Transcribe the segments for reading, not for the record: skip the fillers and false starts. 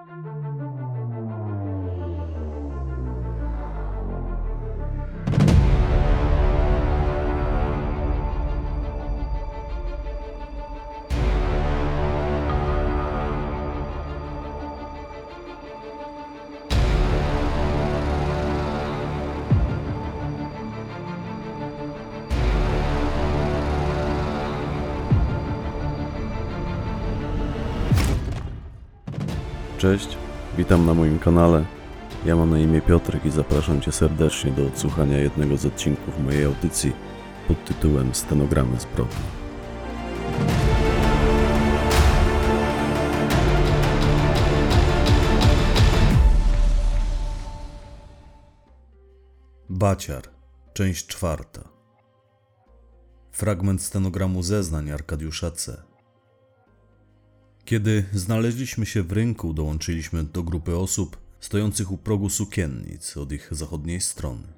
Cześć, witam na moim kanale. Ja mam na imię Piotrek i zapraszam Cię serdecznie do odsłuchania jednego z odcinków mojej audycji pod tytułem Stenogramy zbrodni. Baciar, część 4. Fragment stenogramu zeznań Arkadiusza C. Kiedy znaleźliśmy się w rynku, dołączyliśmy do grupy osób stojących u progu sukiennic od ich zachodniej strony.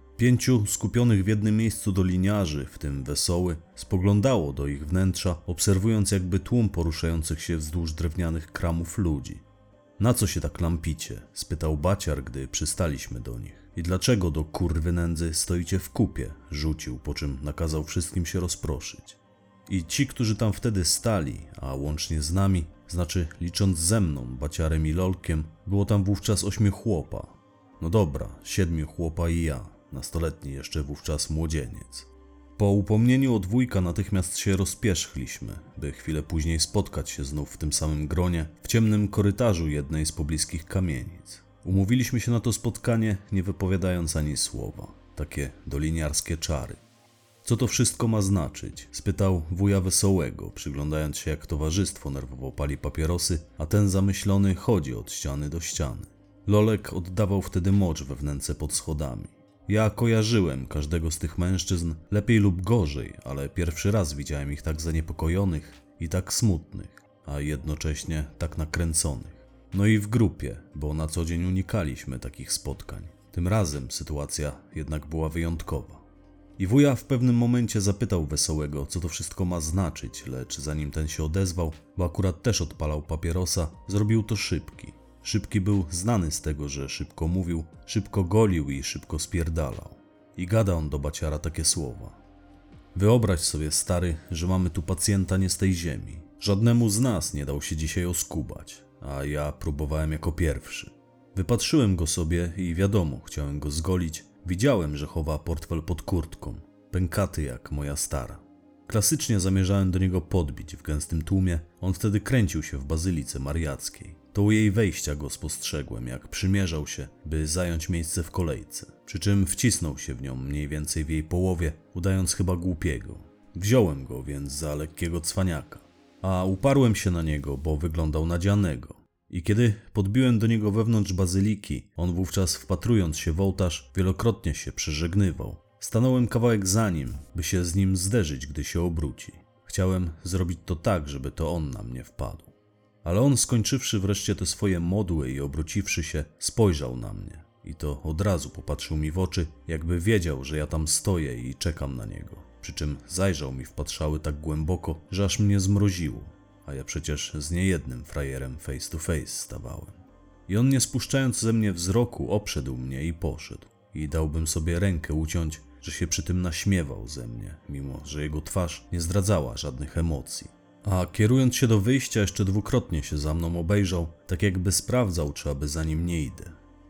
5 skupionych w jednym miejscu doliniarzy, w tym Wesoły, spoglądało do ich wnętrza, obserwując jakby tłum poruszających się wzdłuż drewnianych kramów ludzi. Na co się tak lampicie? Spytał Baciar, gdy przystaliśmy do nich. I dlaczego do kurwy nędzy stoicie w kupie? Rzucił, po czym nakazał wszystkim się rozproszyć. I ci, którzy tam wtedy stali, a łącznie z nami, znaczy licząc ze mną, Baciarem i Lolkiem, było tam wówczas 8 chłopa. No dobra, 7 chłopa i ja, nastoletni jeszcze wówczas młodzieniec. Po upomnieniu o dwójka natychmiast się rozpierzchliśmy, by chwilę później spotkać się znów w tym samym gronie, w ciemnym korytarzu jednej z pobliskich kamienic. Umówiliśmy się na to spotkanie, nie wypowiadając ani słowa. Takie doliniarskie czary. Co to wszystko ma znaczyć? Spytał wuja Wesołego, przyglądając się jak towarzystwo nerwowo pali papierosy, a ten zamyślony chodzi od ściany do ściany. Lolek oddawał wtedy mocz we wnęce pod schodami. Ja kojarzyłem każdego z tych mężczyzn lepiej lub gorzej, ale pierwszy raz widziałem ich tak zaniepokojonych i tak smutnych, a jednocześnie tak nakręconych. No i w grupie, bo na co dzień unikaliśmy takich spotkań. Tym razem sytuacja jednak była wyjątkowa. I wuja w pewnym momencie zapytał Wesołego, co to wszystko ma znaczyć, lecz zanim ten się odezwał, bo akurat też odpalał papierosa, zrobił to Szybki. Szybki był znany z tego, że szybko mówił, szybko golił i szybko spierdalał. I gada on do Baciara takie słowa. Wyobraź sobie, stary, że mamy tu pacjenta nie z tej ziemi. Żadnemu z nas nie dał się dzisiaj oskubać, a ja próbowałem jako pierwszy. Wypatrzyłem go sobie i wiadomo, chciałem go zgolić. Widziałem, że chowa portfel pod kurtką, pękaty jak moja stara. Klasycznie zamierzałem do niego podbić w gęstym tłumie, on wtedy kręcił się w bazylice mariackiej. To u jej wejścia go spostrzegłem, jak przymierzał się, by zająć miejsce w kolejce. Przy czym wcisnął się w nią mniej więcej w jej połowie, udając chyba głupiego. Wziąłem go więc za lekkiego cwaniaka, a uparłem się na niego, bo wyglądał na dzianego. I kiedy podbiłem do niego wewnątrz bazyliki, on wówczas wpatrując się w ołtarz, wielokrotnie się przeżegnywał. Stanąłem kawałek za nim, by się z nim zderzyć, gdy się obróci. Chciałem zrobić to tak, żeby to on na mnie wpadł. Ale on, skończywszy wreszcie te swoje modły i obróciwszy się, spojrzał na mnie. I to od razu popatrzył mi w oczy, jakby wiedział, że ja tam stoję i czekam na niego. Przy czym zajrzał mi w patrzały tak głęboko, że aż mnie zmroziło. A ja przecież z niejednym frajerem face to face stawałem. I on, nie spuszczając ze mnie wzroku, obszedł mnie i poszedł. I dałbym sobie rękę uciąć, że się przy tym naśmiewał ze mnie, mimo że jego twarz nie zdradzała żadnych emocji. A kierując się do wyjścia, jeszcze dwukrotnie się za mną obejrzał, tak jakby sprawdzał, czy aby za nim nie idę.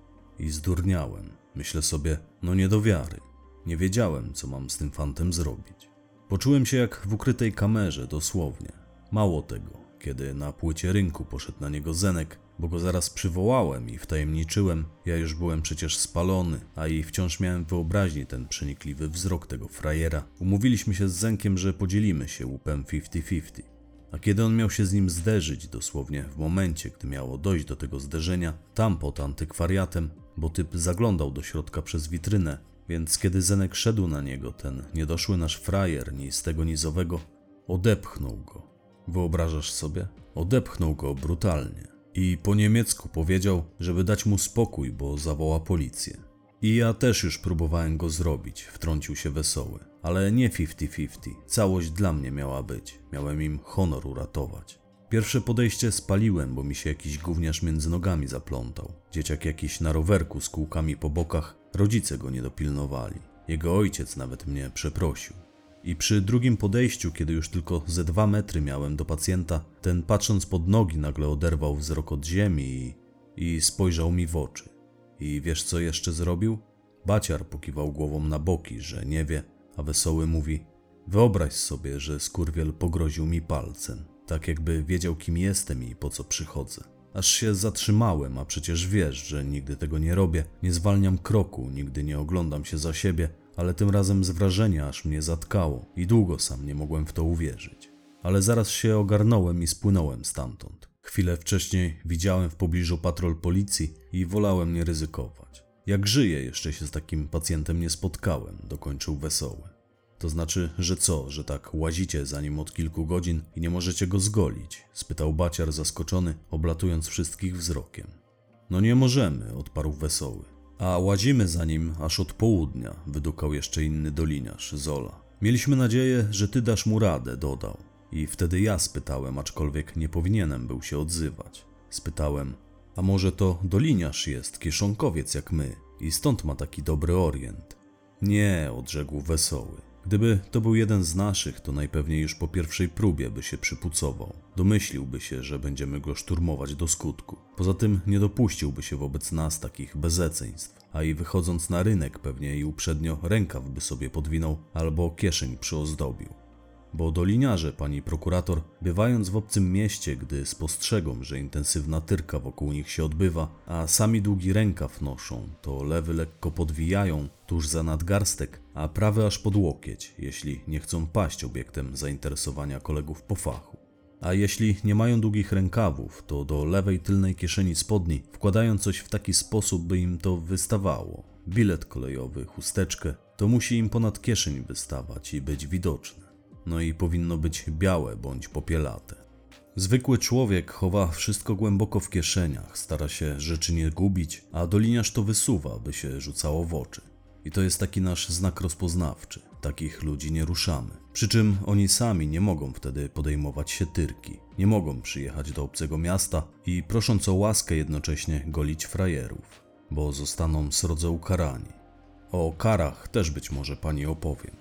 I zdurniałem. Myślę sobie, no nie do wiary. Nie wiedziałem, co mam z tym fantem zrobić. Poczułem się jak w ukrytej kamerze, dosłownie. Mało tego, kiedy na płycie rynku poszedł na niego Zenek, bo go zaraz przywołałem i wtajemniczyłem, ja już byłem przecież spalony, a i wciąż miałem w wyobraźni ten przenikliwy wzrok tego frajera. Umówiliśmy się z Zenkiem, że podzielimy się łupem 50-50. A kiedy on miał się z nim zderzyć, dosłownie w momencie, gdy miało dojść do tego zderzenia, tam pod antykwariatem, bo typ zaglądał do środka przez witrynę, więc kiedy Zenek szedł na niego, ten niedoszły nasz frajer, ni z tego ni z owego, odepchnął go. Wyobrażasz sobie? Odepchnął go brutalnie i po niemiecku powiedział, żeby dać mu spokój, bo zawoła policję. I ja też już próbowałem go zrobić, wtrącił się Wesoły. Ale nie 50-50, całość dla mnie miała być, miałem im honor uratować. Pierwsze podejście spaliłem, bo mi się jakiś gówniarz między nogami zaplątał. Dzieciak jakiś na rowerku z kółkami po bokach, rodzice go nie dopilnowali. Jego ojciec nawet mnie przeprosił. I przy drugim podejściu, kiedy już tylko ze 2 metry miałem do pacjenta, ten patrząc pod nogi nagle oderwał wzrok od ziemi i spojrzał mi w oczy. I wiesz co jeszcze zrobił? Baciar pokiwał głową na boki, że nie wie, a Wesoły mówi: wyobraź sobie, że skurwiel pogroził mi palcem, tak jakby wiedział kim jestem i po co przychodzę. Aż się zatrzymałem, a przecież wiesz, że nigdy tego nie robię, nie zwalniam kroku, nigdy nie oglądam się za siebie, ale tym razem z wrażenia aż mnie zatkało i długo sam nie mogłem w to uwierzyć. Ale zaraz się ogarnąłem i spłynąłem stamtąd. Chwilę wcześniej widziałem w pobliżu patrol policji i wolałem nie ryzykować. Jak żyję, jeszcze się z takim pacjentem nie spotkałem, dokończył Wesoły. To znaczy, że co, że tak łazicie za nim od kilku godzin i nie możecie go zgolić? Spytał Baciar zaskoczony, oblatując wszystkich wzrokiem. No nie możemy, odparł Wesoły. A łazimy za nim aż od południa, wydukał jeszcze inny doliniarz, Zola. Mieliśmy nadzieję, że ty dasz mu radę, dodał. I wtedy ja spytałem, aczkolwiek nie powinienem był się odzywać. Spytałem, a może to doliniarz jest, kieszonkowiec jak my i stąd ma taki dobry orient? Nie, odrzekł Wesoły. Gdyby to był jeden z naszych, to najpewniej już po pierwszej próbie by się przypucował. Domyśliłby się, że będziemy go szturmować do skutku. Poza tym nie dopuściłby się wobec nas takich bezeceństw, a i wychodząc na rynek pewnie i uprzednio rękaw by sobie podwinął albo kieszeń przyozdobił. Bo doliniarze, pani prokurator, bywając w obcym mieście, gdy spostrzegą, że intensywna tyrka wokół nich się odbywa, a sami długi rękaw noszą, to lewy lekko podwijają tuż za nadgarstek, a prawy aż pod łokieć, jeśli nie chcą paść obiektem zainteresowania kolegów po fachu. A jeśli nie mają długich rękawów, to do lewej tylnej kieszeni spodni wkładają coś w taki sposób, by im to wystawało. Bilet kolejowy, chusteczkę, to musi im ponad kieszeń wystawać i być widoczne. No i powinno być białe bądź popielate. Zwykły człowiek chowa wszystko głęboko w kieszeniach, stara się rzeczy nie gubić, a doliniarz to wysuwa, by się rzucało w oczy. I to jest taki nasz znak rozpoznawczy. Takich ludzi nie ruszamy. Przy czym oni sami nie mogą wtedy podejmować się tyrki. Nie mogą przyjechać do obcego miasta i prosząc o łaskę jednocześnie golić frajerów, bo zostaną srodze ukarani. O karach też być może pani opowiem.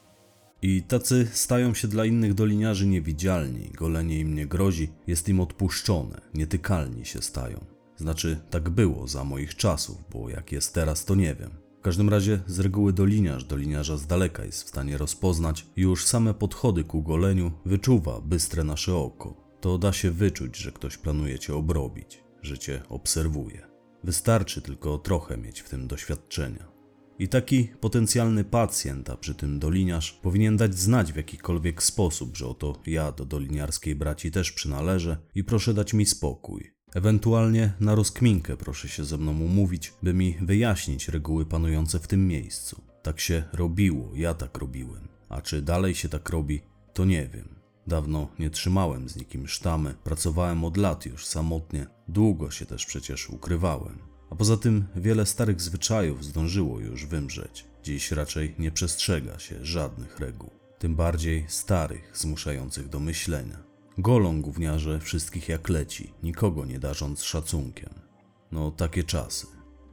I tacy stają się dla innych doliniarzy niewidzialni, golenie im nie grozi, jest im odpuszczone, nietykalni się stają. Znaczy, tak było za moich czasów, bo jak jest teraz, to nie wiem. W każdym razie z reguły doliniarza z daleka jest w stanie rozpoznać i już same podchody ku goleniu wyczuwa bystre nasze oko. To da się wyczuć, że ktoś planuje cię obrobić, że cię obserwuje. Wystarczy tylko trochę mieć w tym doświadczenia. I taki potencjalny pacjent, a przy tym doliniarz, powinien dać znać w jakikolwiek sposób, że oto ja do doliniarskiej braci też przynależę i proszę dać mi spokój. Ewentualnie na rozkminkę proszę się ze mną umówić, by mi wyjaśnić reguły panujące w tym miejscu. Tak się robiło, ja tak robiłem. A czy dalej się tak robi, to nie wiem. Dawno nie trzymałem z nikim sztamy, pracowałem od lat już samotnie, długo się też przecież ukrywałem. A poza tym wiele starych zwyczajów zdążyło już wymrzeć. Dziś raczej nie przestrzega się żadnych reguł. Tym bardziej starych, zmuszających do myślenia. Golą gówniarze wszystkich jak leci, nikogo nie darząc szacunkiem. No takie czasy.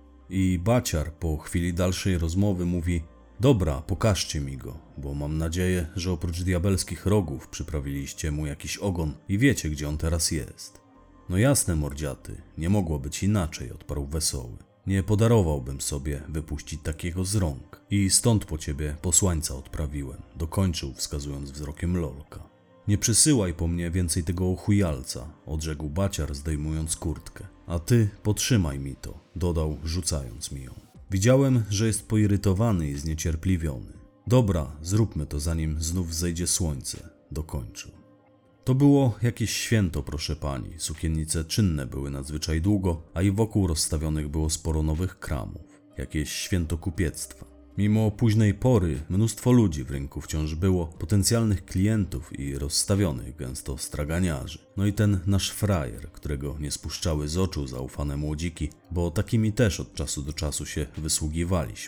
I Baciar po chwili dalszej rozmowy mówi: dobra, pokażcie mi go, bo mam nadzieję, że oprócz diabelskich rogów przyprawiliście mu jakiś ogon i wiecie, gdzie on teraz jest. No jasne, mordziaty, nie mogło być inaczej, odparł Wesoły. Nie podarowałbym sobie wypuścić takiego z rąk. I stąd po ciebie posłańca odprawiłem, dokończył wskazując wzrokiem Lolka. Nie przysyłaj po mnie więcej tego chujalca, odrzekł Baciar zdejmując kurtkę. A ty potrzymaj mi to, dodał rzucając mi ją. Widziałem, że jest poirytowany i zniecierpliwiony. Dobra, zróbmy to zanim znów zejdzie słońce, dokończył. To było jakieś święto, proszę pani. Sukiennice czynne były nadzwyczaj długo, a i wokół rozstawionych było sporo nowych kramów. Jakieś święto kupiectwa. Mimo późnej pory mnóstwo ludzi w rynku wciąż było, potencjalnych klientów i rozstawionych gęsto straganiarzy. No i ten nasz frajer, którego nie spuszczały z oczu zaufane młodziki, bo takimi też od czasu do czasu się wysługiwaliśmy.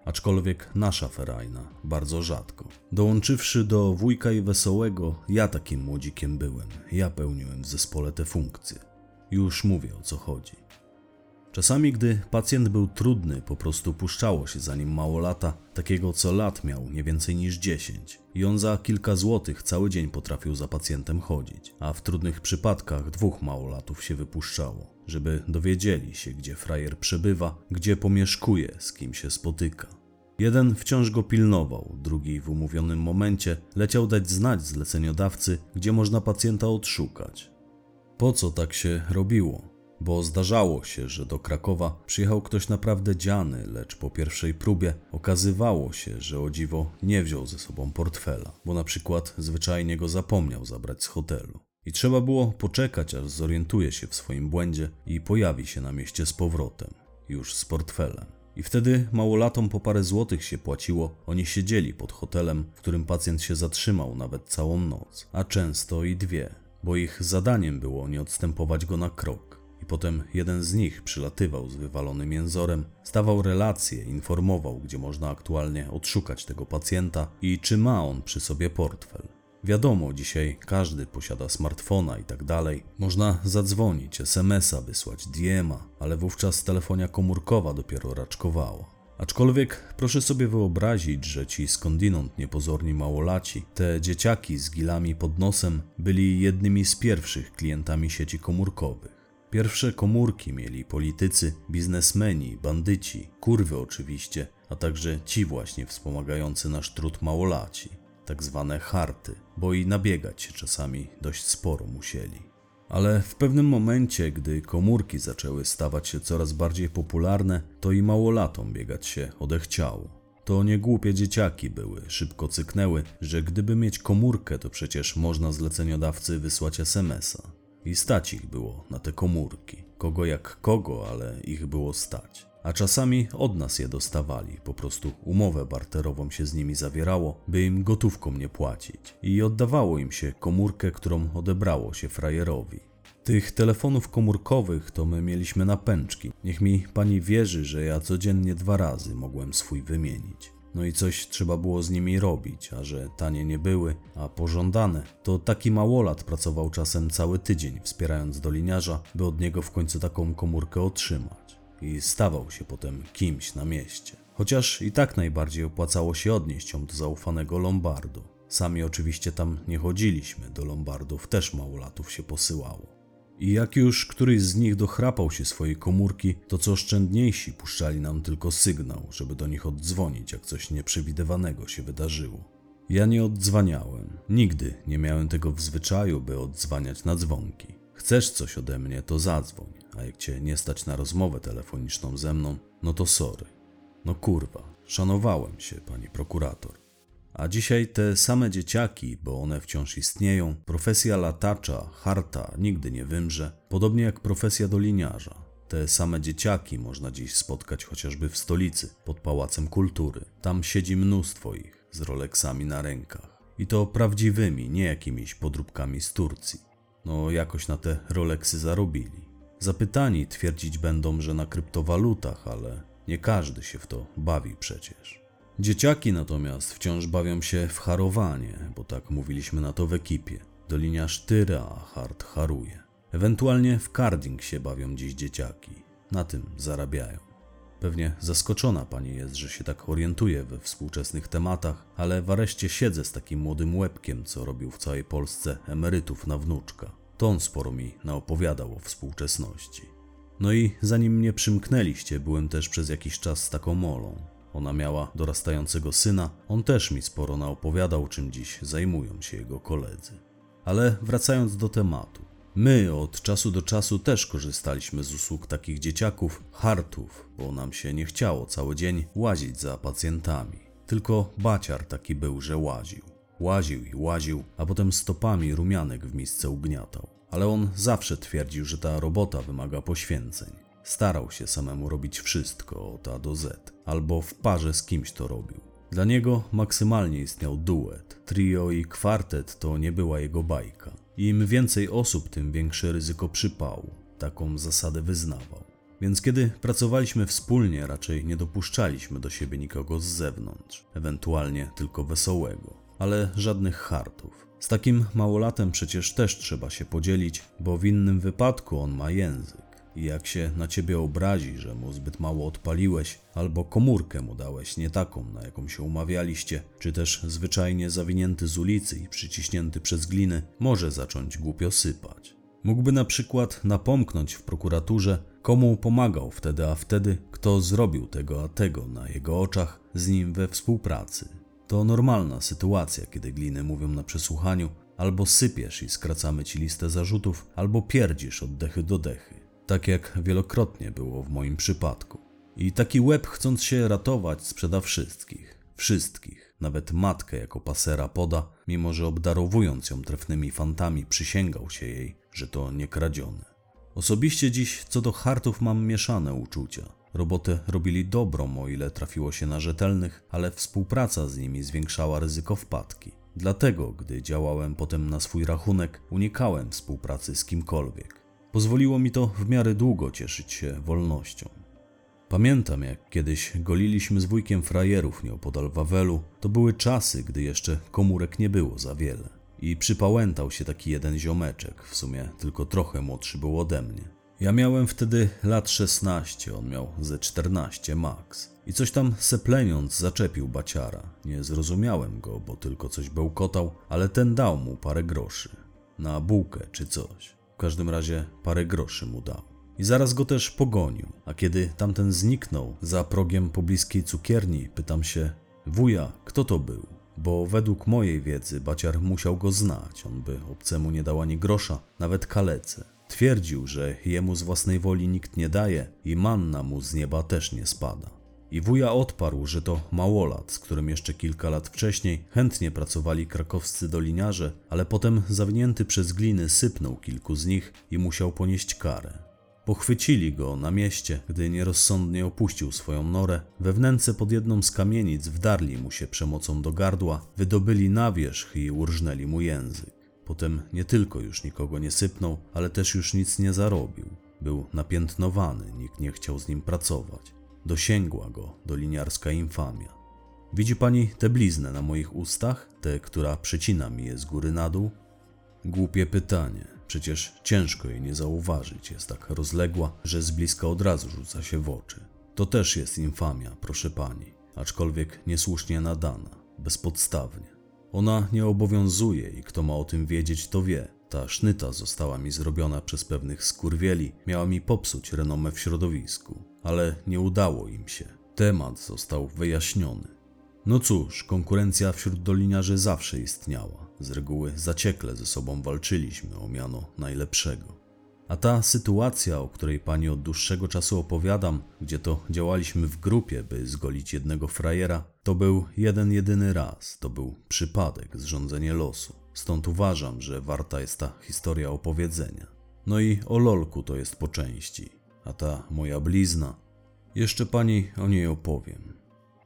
aczkolwiek nasza ferajna bardzo rzadko. Dołączywszy do Wujka i Wesołego, ja takim młodzikiem byłem, ja pełniłem w zespole te funkcje. Już mówię, o co chodzi. Czasami, gdy pacjent był trudny, po prostu puszczało się za nim małolata, takiego co lat miał nie więcej niż 10 i on za kilka złotych cały dzień potrafił za pacjentem chodzić, a w trudnych przypadkach 2 małolatów się wypuszczało, żeby dowiedzieli się, gdzie frajer przebywa, gdzie pomieszkuje, z kim się spotyka. Jeden wciąż go pilnował, drugi w umówionym momencie leciał dać znać zleceniodawcy, gdzie można pacjenta odszukać. Po co tak się robiło? Bo zdarzało się, że do Krakowa przyjechał ktoś naprawdę dziany, lecz po pierwszej próbie okazywało się, że o dziwo nie wziął ze sobą portfela, bo na przykład zwyczajnie go zapomniał zabrać z hotelu. I trzeba było poczekać, aż zorientuje się w swoim błędzie i pojawi się na mieście z powrotem, już z portfelem. I wtedy małolatom po parę złotych się płaciło, oni siedzieli pod hotelem, w którym pacjent się zatrzymał nawet całą noc, a często i 2, bo ich zadaniem było nie odstępować go na krok. I potem jeden z nich przylatywał z wywalonym jęzorem, stawał relacje, informował, gdzie można aktualnie odszukać tego pacjenta i czy ma on przy sobie portfel. Wiadomo, dzisiaj każdy posiada smartfona i tak dalej. Można zadzwonić, SMS-a wysłać, DM-a, ale wówczas telefonia komórkowa dopiero raczkowała. Aczkolwiek proszę sobie wyobrazić, że ci skądinąd niepozorni małolaci, te dzieciaki z gilami pod nosem, byli jednymi z pierwszych klientami sieci komórkowych. Pierwsze komórki mieli politycy, biznesmeni, bandyci, kurwy oczywiście, a także ci właśnie wspomagający nasz trud małolaci, tak zwane harty, bo i nabiegać się czasami dość sporo musieli. Ale w pewnym momencie, gdy komórki zaczęły stawać się coraz bardziej popularne, to i małolatom biegać się odechciało. To nie głupie dzieciaki były, szybko cyknęły, że gdyby mieć komórkę, to przecież można zleceniodawcy wysłać SMS-a. I stać ich było na te komórki. Kogo jak kogo, ale ich było stać. A czasami od nas je dostawali, po prostu umowę barterową się z nimi zawierało, by im gotówką nie płacić. I oddawało im się komórkę, którą odebrało się frajerowi. Tych telefonów komórkowych to my mieliśmy na pęczki. Niech mi pani wierzy, że ja codziennie 2 razy mogłem swój wymienić. No i coś trzeba było z nimi robić, a że tanie nie były, a pożądane, to taki małolat pracował czasem cały tydzień, wspierając doliniarza, by od niego w końcu taką komórkę otrzymać. I stawał się potem kimś na mieście. Chociaż i tak najbardziej opłacało się odnieść ją do zaufanego lombardu. Sami oczywiście tam nie chodziliśmy, do lombardów też małolatów się posyłało. I jak już któryś z nich dochrapał się swojej komórki, to co oszczędniejsi puszczali nam tylko sygnał, żeby do nich oddzwonić, jak coś nieprzewidywanego się wydarzyło. Ja nie oddzwaniałem. Nigdy nie miałem tego w zwyczaju, by oddzwaniać na dzwonki. Chcesz coś ode mnie, to zadzwoń, a jak cię nie stać na rozmowę telefoniczną ze mną, no to sorry. No kurwa, szanowałem się, pani prokurator. A dzisiaj te same dzieciaki, bo one wciąż istnieją, profesja latacza, harta nigdy nie wymrze, podobnie jak profesja doliniarza. Te same dzieciaki można dziś spotkać chociażby w stolicy, pod Pałacem Kultury. Tam siedzi mnóstwo ich, z Rolexami na rękach. I to prawdziwymi, nie jakimiś podróbkami z Turcji. No jakoś na te Rolexy zarobili. Zapytani twierdzić będą, że na kryptowalutach, ale nie każdy się w to bawi przecież. Dzieciaki natomiast wciąż bawią się w harowanie, bo tak mówiliśmy na to w ekipie. Doliniarz tyra, a hart haruje. Ewentualnie w carding się bawią dziś dzieciaki. Na tym zarabiają. Pewnie zaskoczona pani jest, że się tak orientuję we współczesnych tematach, ale w areszcie siedzę z takim młodym łebkiem, co robił w całej Polsce emerytów na wnuczka. To on sporo mi naopowiadał o współczesności. No i zanim mnie przymknęliście, byłem też przez jakiś czas z taką Molą. Ona miała dorastającego syna, on też mi sporo naopowiadał, czym dziś zajmują się jego koledzy. Ale wracając do tematu. My od czasu do czasu też korzystaliśmy z usług takich dzieciaków, hartów, bo nam się nie chciało cały dzień łazić za pacjentami. Tylko baciar taki był, że łaził. Łaził i łaził, a potem stopami rumianek w misce ugniatał. Ale on zawsze twierdził, że ta robota wymaga poświęceń. Starał się samemu robić wszystko od A do Z, albo w parze z kimś to robił. Dla niego maksymalnie istniał duet. Trio i kwartet to nie była jego bajka. Im więcej osób, tym większe ryzyko przypału. Taką zasadę wyznawał. Więc kiedy pracowaliśmy wspólnie, raczej nie dopuszczaliśmy do siebie nikogo z zewnątrz, ewentualnie tylko Wesołego, ale żadnych hartów. Z takim małolatem przecież też trzeba się podzielić, bo w innym wypadku on ma język. I jak się na ciebie obrazi, że mu zbyt mało odpaliłeś, albo komórkę mu dałeś nie taką, na jaką się umawialiście, czy też zwyczajnie zawinięty z ulicy i przyciśnięty przez gliny, może zacząć głupio sypać. Mógłby na przykład napomknąć w prokuraturze, komu pomagał wtedy a wtedy, kto zrobił tego a tego na jego oczach z nim we współpracy. To normalna sytuacja, kiedy gliny mówią na przesłuchaniu, albo sypiesz i skracamy ci listę zarzutów, albo pierdzisz od dechy do dechy. Tak jak wielokrotnie było w moim przypadku. I taki łeb, chcąc się ratować, sprzeda wszystkich. Wszystkich. Nawet matkę jako pasera poda, mimo że obdarowując ją trefnymi fantami przysięgał się jej, że to nie kradzione. Osobiście dziś co do hartów mam mieszane uczucia. Robotę robili dobrą, o ile trafiło się na rzetelnych, ale współpraca z nimi zwiększała ryzyko wpadki. Dlatego, gdy działałem potem na swój rachunek, unikałem współpracy z kimkolwiek. Pozwoliło mi to w miarę długo cieszyć się wolnością. Pamiętam, jak kiedyś goliliśmy z wujkiem frajerów nieopodal Wawelu, to były czasy, gdy jeszcze komórek nie było za wiele. I przypałętał się taki jeden ziomeczek, w sumie tylko trochę młodszy był ode mnie. Ja miałem wtedy lat 16, on miał ze 14 max. I coś tam sepleniąc zaczepił baciara. Nie zrozumiałem go, bo tylko coś bełkotał, ale ten dał mu parę groszy. Na bułkę czy coś. W każdym razie parę groszy mu dał. I zaraz go też pogonił, a kiedy tamten zniknął za progiem pobliskiej cukierni, pytam się, wuja, kto to był? Bo według mojej wiedzy baciar musiał go znać, on by obcemu nie dał ani grosza, nawet kalece. Twierdził, że jemu z własnej woli nikt nie daje i manna mu z nieba też nie spada. I wuja odparł, że to małolat, z którym jeszcze kilka lat wcześniej chętnie pracowali krakowscy doliniarze, ale potem zawinięty przez gliny sypnął kilku z nich i musiał ponieść karę. Pochwycili go na mieście, gdy nierozsądnie opuścił swoją norę. We wnęce pod jedną z kamienic wdarli mu się przemocą do gardła, wydobyli na wierzch i urżnęli mu język. Potem nie tylko już nikogo nie sypnął, ale też już nic nie zarobił. Był napiętnowany, nikt nie chciał z nim pracować. Dosięgła go doliniarska infamia. Widzi pani tę bliznę na moich ustach? Tę, która przecina mi je z góry na dół? Głupie pytanie. Przecież ciężko jej nie zauważyć. Jest tak rozległa, że z bliska od razu rzuca się w oczy. To też jest infamia, proszę pani. Aczkolwiek niesłusznie nadana. Bezpodstawnie. Ona nie obowiązuje i kto ma o tym wiedzieć, to wie. Ta sznyta została mi zrobiona przez pewnych skurwieli, miała mi popsuć renomę w środowisku. Ale nie udało im się. Temat został wyjaśniony. No cóż, konkurencja wśród doliniarzy zawsze istniała. Z reguły zaciekle ze sobą walczyliśmy o miano najlepszego. A ta sytuacja, o której pani od dłuższego czasu opowiadam, gdzie to działaliśmy w grupie, by zgolić jednego frajera, to był jeden jedyny raz, to był przypadek, zrządzenie losu. Stąd uważam, że warta jest ta historia opowiedzenia. No i o lolku to jest po części, a ta moja blizna, jeszcze pani o niej opowiem.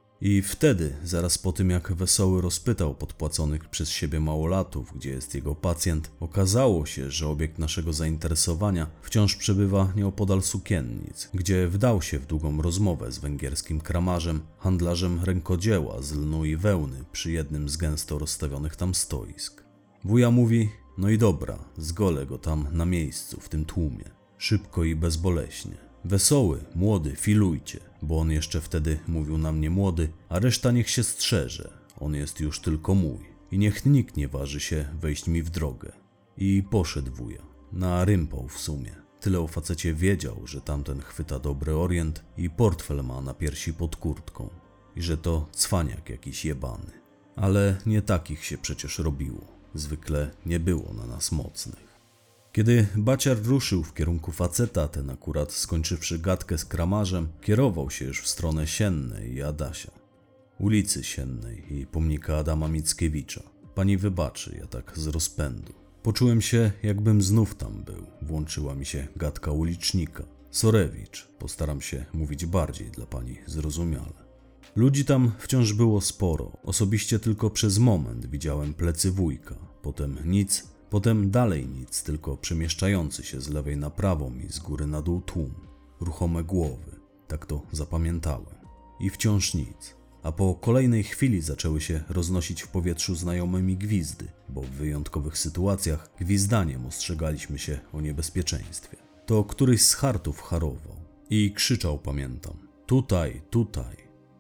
I wtedy, zaraz po tym jak Wesoły rozpytał podpłaconych przez siebie małolatów, gdzie jest jego pacjent, okazało się, że obiekt naszego zainteresowania wciąż przebywa nieopodal Sukiennic, gdzie wdał się w długą rozmowę z węgierskim kramarzem, handlarzem rękodzieła z lnu i wełny przy jednym z gęsto rozstawionych tam stoisk. Wuja mówi, no i dobra, zgolę go tam na miejscu, w tym tłumie, szybko i bezboleśnie. Wesoły, młody, filujcie, bo on jeszcze wtedy mówił na mnie młody, a reszta niech się strzeże, on jest już tylko mój i niech nikt nie waży się wejść mi w drogę. I poszedł wuja, na rympał w sumie. Tyle o facecie wiedział, że tamten chwyta dobry orient i portfel ma na piersi pod kurtką i że to cwaniak jakiś jebany. Ale nie takich się przecież robiło, zwykle nie było na nas mocnych. Kiedy baciar ruszył w kierunku faceta, ten akurat skończywszy gadkę z kramarzem, kierował się już w stronę Siennej i Adasia. Ulicy Siennej i pomnika Adama Mickiewicza. Pani wybaczy, ja tak z rozpędu. Poczułem się, jakbym znów tam był. Włączyła mi się gadka ulicznika. Sorewicz, postaram się mówić bardziej dla pani zrozumiale. Ludzi tam wciąż było sporo. Osobiście tylko przez moment widziałem plecy wujka. Potem nic. Potem dalej nic, tylko przemieszczający się z lewej na prawą i z góry na dół tłum. ruchome głowy. Tak to zapamiętałem. I wciąż nic. A po kolejnej chwili zaczęły się roznosić w powietrzu znajomymi gwizdy, bo w wyjątkowych sytuacjach gwizdaniem ostrzegaliśmy się o niebezpieczeństwie. To któryś z chartów harował i krzyczał, pamiętam: tutaj, tutaj.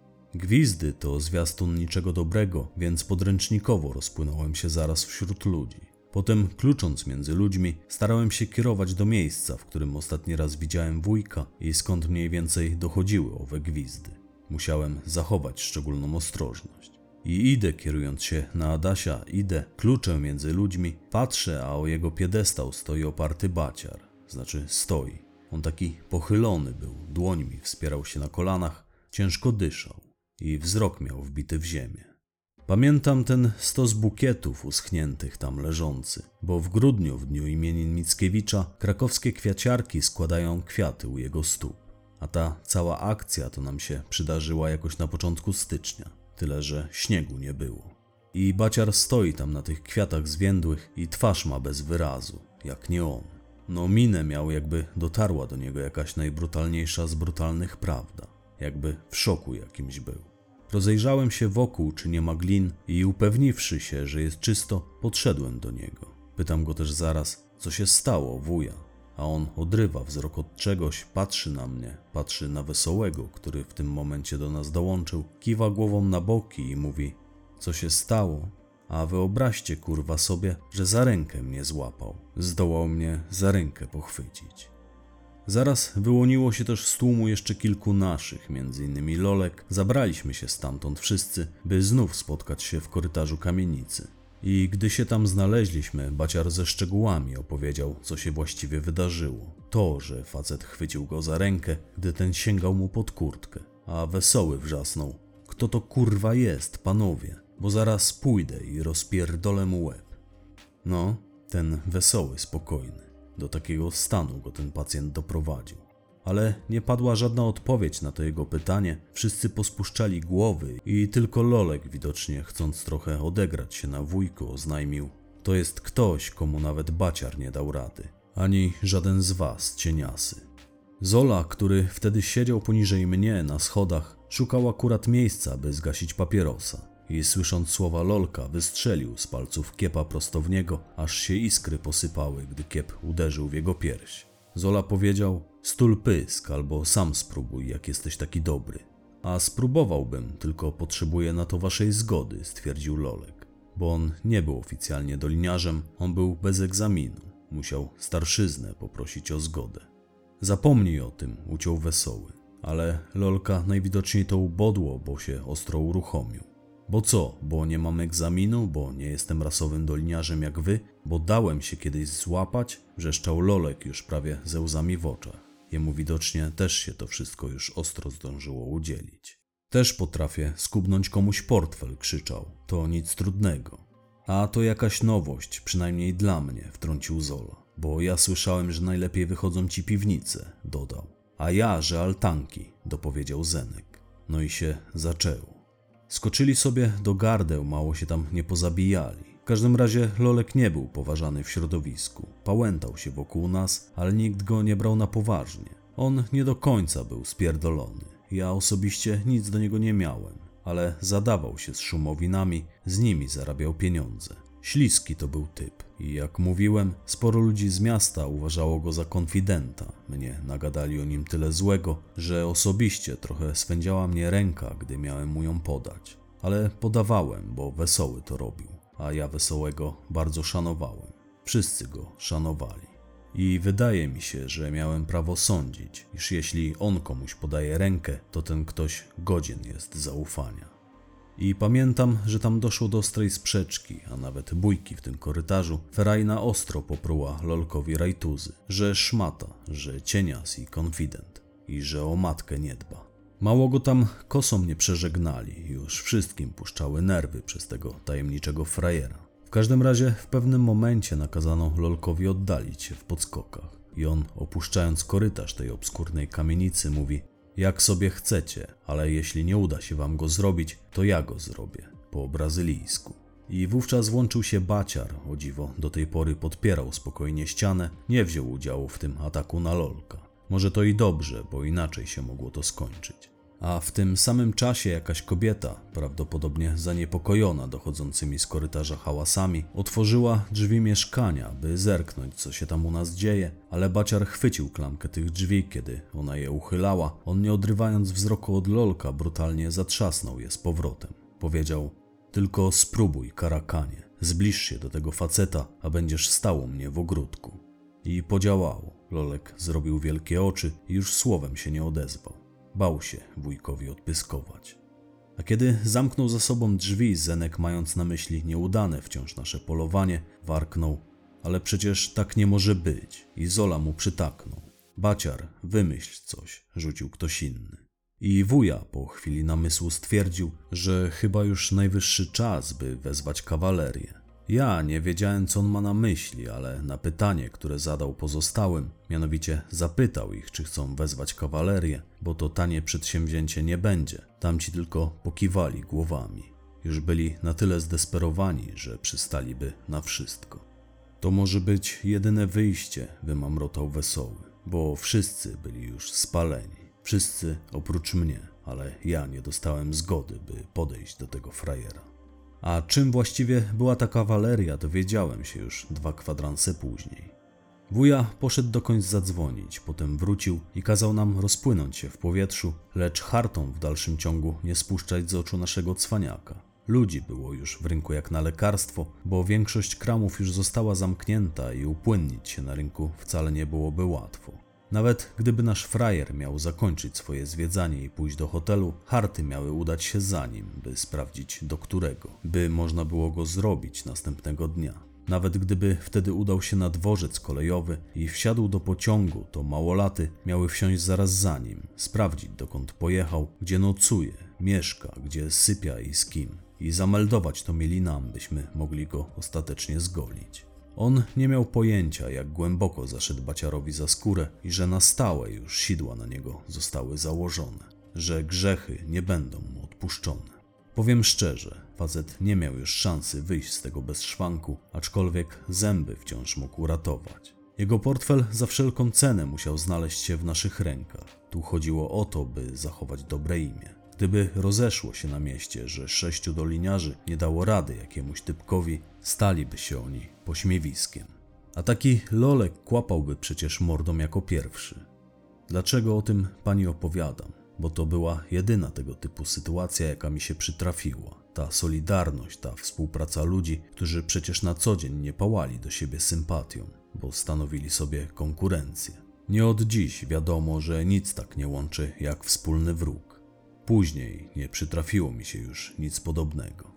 Gwizdy to zwiastun niczego dobrego, więc podręcznikowo rozpłynąłem się zaraz wśród ludzi. Potem, klucząc między ludźmi, starałem się kierować do miejsca, w którym ostatni raz widziałem wujka i skąd mniej więcej dochodziły owe gwizdy. Musiałem zachować szczególną ostrożność. I idę, kierując się na Adasia, kluczę między ludźmi, patrzę, a o jego piedestał stoi oparty baciar. Znaczy stoi. On taki pochylony był, dłońmi wspierał się na kolanach, ciężko dyszał i wzrok miał wbity w ziemię. Pamiętam ten stos bukietów uschniętych tam leżący, bo w grudniu, w dniu imienin Mickiewicza, krakowskie kwiaciarki składają kwiaty u jego stóp. A ta cała akcja to nam się przydarzyła jakoś na początku stycznia, tyle że śniegu nie było. I baciar stoi tam na tych kwiatach zwiędłych i twarz ma bez wyrazu, jak nie on. No minę miał, jakby dotarła do niego jakaś najbrutalniejsza z brutalnych prawda, jakby w szoku jakimś był. Rozejrzałem się wokół, czy nie ma glin i upewniwszy się, że jest czysto, podszedłem do niego. Pytam go też zaraz, co się stało, wuja. A on odrywa wzrok od czegoś, patrzy na mnie, patrzy na Wesołego, który w tym momencie do nas dołączył, kiwa głową na boki i mówi: co się stało? A wyobraźcie kurwa sobie, że za rękę mnie złapał. Zdołał mnie za rękę pochwycić. Zaraz wyłoniło się też z tłumu jeszcze kilku naszych, m.in. Lolek. Zabraliśmy się stamtąd wszyscy, by znów spotkać się w korytarzu kamienicy. I gdy się tam znaleźliśmy, baciar ze szczegółami opowiedział, co się właściwie wydarzyło. To, że facet chwycił go za rękę, gdy ten sięgał mu pod kurtkę, a Wesoły wrzasnął: kto to kurwa jest, panowie, bo zaraz pójdę i rozpierdolę mu łeb. No, ten Wesoły spokojny. Do takiego stanu go ten pacjent doprowadził. Ale nie padła żadna odpowiedź na to jego pytanie, wszyscy pospuszczali głowy i tylko Lolek, widocznie chcąc trochę odegrać się na wujku, oznajmił: to jest ktoś, komu nawet baciar nie dał rady, ani żaden z was, cieniasy. Zola, który wtedy siedział poniżej mnie na schodach, szukał akurat miejsca, by zgasić papierosa i słysząc słowa Lolka, wystrzelił z palców kiepa prosto w niego, aż się iskry posypały, gdy kiep uderzył w jego pierś. Zola powiedział: stul pysk, albo sam spróbuj, jak jesteś taki dobry. A spróbowałbym, tylko potrzebuję na to waszej zgody, stwierdził Lolek. Bo on nie był oficjalnie doliniarzem, on był bez egzaminu. Musiał starszyznę poprosić o zgodę. Zapomnij o tym, uciął Wesoły. Ale Lolka najwidoczniej to ubodło, bo się ostro uruchomił. Bo co? Bo nie mam egzaminu? Bo nie jestem rasowym doliniarzem jak wy? Bo dałem się kiedyś złapać? Wrzeszczał Lolek już prawie ze łzami w oczach. Jemu widocznie też się to wszystko już ostro zdążyło udzielić. Też potrafię skubnąć komuś portfel, krzyczał. To nic trudnego. A to jakaś nowość, przynajmniej dla mnie, wtrącił Zola. Bo ja słyszałem, że najlepiej wychodzą ci piwnice, dodał. A ja, że altanki, dopowiedział Zenek. No i się zaczęło. Skoczyli sobie do gardeł, mało się tam nie pozabijali. W każdym razie Lolek nie był poważany w środowisku. Pałętał się wokół nas, ale nikt go nie brał na poważnie. On nie do końca był spierdolony. Ja osobiście nic do niego nie miałem, ale zadawał się z szumowinami, z nimi zarabiał pieniądze. Śliski to był typ i jak mówiłem, sporo ludzi z miasta uważało go za konfidenta. Mnie nagadali o nim tyle złego, że osobiście trochę swędziała mnie ręka, gdy miałem mu ją podać. Ale podawałem, bo Wesoły to robił, a ja Wesołego bardzo szanowałem. Wszyscy go szanowali. I wydaje mi się, że miałem prawo sądzić, iż jeśli on komuś podaje rękę, to ten ktoś godzien jest zaufania. I pamiętam, że tam doszło do ostrej sprzeczki, a nawet bójki w tym korytarzu. Ferajna ostro popruła Lolkowi rajtuzy, że szmata, że cienias i konfident i że o matkę nie dba. Mało go tam kosą nie przeżegnali, już wszystkim puszczały nerwy przez tego tajemniczego frajera. W każdym razie w pewnym momencie nakazano Lolkowi oddalić się w podskokach i on, opuszczając korytarz tej obskurnej kamienicy, mówi: jak sobie chcecie, ale jeśli nie uda się wam go zrobić, to ja go zrobię, po brazylijsku. I wówczas włączył się baciar, o dziwo do tej pory podpierał spokojnie ścianę, nie wziął udziału w tym ataku na Lolka. Może to i dobrze, bo inaczej się mogło to skończyć. A w tym samym czasie jakaś kobieta, prawdopodobnie zaniepokojona dochodzącymi z korytarza hałasami, otworzyła drzwi mieszkania, by zerknąć, co się tam u nas dzieje, ale Baciar chwycił klamkę tych drzwi, kiedy ona je uchylała. On, nie odrywając wzroku od Lolka, brutalnie zatrzasnął je z powrotem. Powiedział: tylko spróbuj, karakanie, zbliż się do tego faceta, a będziesz stał u mnie w ogródku. I podziałało. Lolek zrobił wielkie oczy i już słowem się nie odezwał. Bał się wujkowi odpyskować. A kiedy zamknął za sobą drzwi, Zenek, mając na myśli nieudane wciąż nasze polowanie, warknął: ale przecież tak nie może być. I Zola mu przytaknął: Baciar, wymyśl coś, rzucił ktoś inny. I wuja po chwili namysłu stwierdził, że chyba już najwyższy czas, by wezwać kawalerię. Ja nie wiedziałem, co on ma na myśli, ale na pytanie, które zadał pozostałym, mianowicie zapytał ich, czy chcą wezwać kawalerię, bo to tanie przedsięwzięcie nie będzie. Tamci tylko pokiwali głowami. Już byli na tyle zdesperowani, że przystaliby na wszystko. To może być jedyne wyjście, wymamrotał Wesoły, bo wszyscy byli już spaleni. Wszyscy oprócz mnie, ale ja nie dostałem zgody, by podejść do tego frajera. A czym właściwie była ta kawaleria, dowiedziałem się już 2 kwadranse później. Wuja poszedł dokądś zadzwonić, potem wrócił i kazał nam rozpłynąć się w powietrzu, lecz hartą w dalszym ciągu nie spuszczać z oczu naszego cwaniaka. Ludzi było już w rynku jak na lekarstwo, bo większość kramów już została zamknięta i upłynnić się na rynku wcale nie byłoby łatwo. Nawet gdyby nasz frajer miał zakończyć swoje zwiedzanie i pójść do hotelu, harty miały udać się za nim, by sprawdzić do którego, by można było go zrobić następnego dnia. Nawet gdyby wtedy udał się na dworzec kolejowy i wsiadł do pociągu, to małolaty miały wsiąść zaraz za nim, sprawdzić dokąd pojechał, gdzie nocuje, mieszka, gdzie sypia i z kim. I zameldować to mieli nam, byśmy mogli go ostatecznie zgolić. On nie miał pojęcia, jak głęboko zaszedł Baciarowi za skórę i że na stałe już sidła na niego zostały założone, że grzechy nie będą mu odpuszczone. Powiem szczerze, facet nie miał już szansy wyjść z tego bez szwanku, aczkolwiek zęby wciąż mógł uratować. Jego portfel za wszelką cenę musiał znaleźć się w naszych rękach. Tu chodziło o to, by zachować dobre imię. Gdyby rozeszło się na mieście, że 6 doliniarzy nie dało rady jakiemuś typkowi, staliby się oni pośmiewiskiem. A taki Lolek kłapałby przecież mordą jako pierwszy. Dlaczego o tym pani opowiadam? Bo to była jedyna tego typu sytuacja, jaka mi się przytrafiła. Ta solidarność, ta współpraca ludzi, którzy przecież na co dzień nie pałali do siebie sympatią, bo stanowili sobie konkurencję. Nie od dziś wiadomo, że nic tak nie łączy jak wspólny wróg. Później nie przytrafiło mi się już nic podobnego.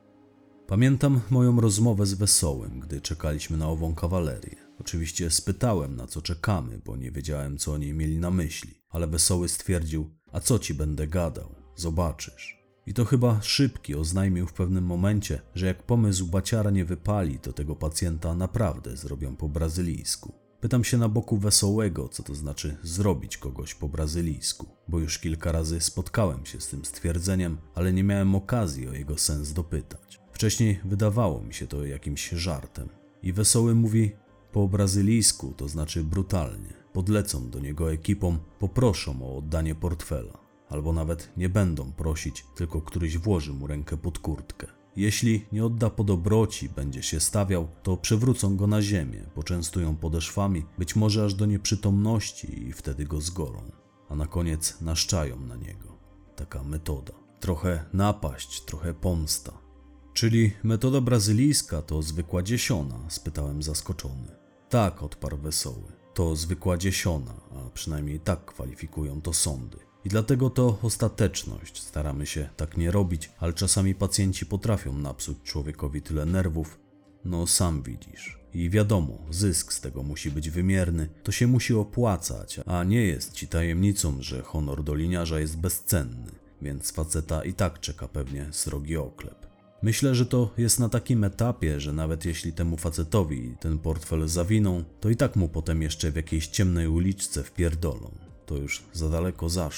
Pamiętam moją rozmowę z Wesołym, gdy czekaliśmy na ową kawalerię. Oczywiście spytałem, na co czekamy, bo nie wiedziałem, co oni mieli na myśli, ale Wesoły stwierdził: a co ci będę gadał, zobaczysz. I to chyba Szybki oznajmił w pewnym momencie, że jak pomysł Baciara nie wypali, to tego pacjenta naprawdę zrobią po brazylijsku. Pytam się na boku Wesołego, co to znaczy zrobić kogoś po brazylijsku, bo już kilka razy spotkałem się z tym stwierdzeniem, ale nie miałem okazji o jego sens dopytać. Wcześniej wydawało mi się to jakimś żartem. I Wesoły mówi: po brazylijsku to znaczy brutalnie. Podlecą do niego ekipą, poproszą o oddanie portfela. Albo nawet nie będą prosić, tylko któryś włoży mu rękę pod kurtkę. Jeśli nie odda po dobroci, będzie się stawiał, to przewrócą go na ziemię, poczęstują podeszwami, być może aż do nieprzytomności i wtedy go zgolą. A na koniec naszczają na niego. Taka metoda. Trochę napaść, trochę pomsta. Czyli metoda brazylijska to zwykła dziesiona? Spytałem zaskoczony. Tak, odparł Wesoły. To zwykła dziesiona, a przynajmniej tak kwalifikują to sądy. I dlatego to ostateczność. Staramy się tak nie robić, ale czasami pacjenci potrafią napsuć człowiekowi tyle nerwów. No sam widzisz. I wiadomo, zysk z tego musi być wymierny, to się musi opłacać, a nie jest ci tajemnicą, że honor doliniarza jest bezcenny, więc faceta i tak czeka pewnie srogi oklep. Myślę, że to jest na takim etapie, że nawet jeśli temu facetowi ten portfel zawiną, to i tak mu potem jeszcze w jakiejś ciemnej uliczce wpierdolą. To już za daleko zaszło.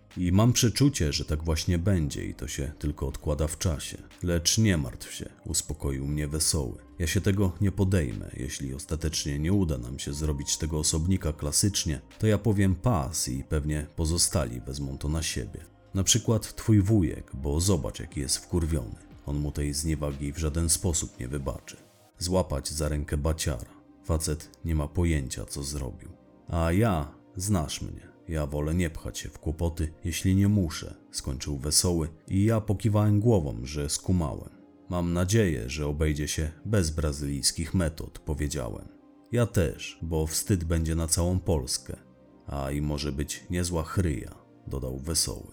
I mam przeczucie, że tak właśnie będzie i to się tylko odkłada w czasie. Lecz nie martw się, uspokoił mnie Wesoły. Ja się tego nie podejmę. Jeśli ostatecznie nie uda nam się zrobić tego osobnika klasycznie, to ja powiem pas i pewnie pozostali wezmą to na siebie. Na przykład twój wujek, bo zobacz jaki jest wkurwiony. On mu tej zniewagi w żaden sposób nie wybaczy. Złapać za rękę Baciara. Facet nie ma pojęcia co zrobił. A ja, znasz mnie. Ja wolę nie pchać się w kłopoty, jeśli nie muszę, skończył Wesoły i ja pokiwałem głową, że skumałem. Mam nadzieję, że obejdzie się bez brazylijskich metod, powiedziałem. Ja też, bo wstyd będzie na całą Polskę, a i może być niezła chryja, dodał Wesoły.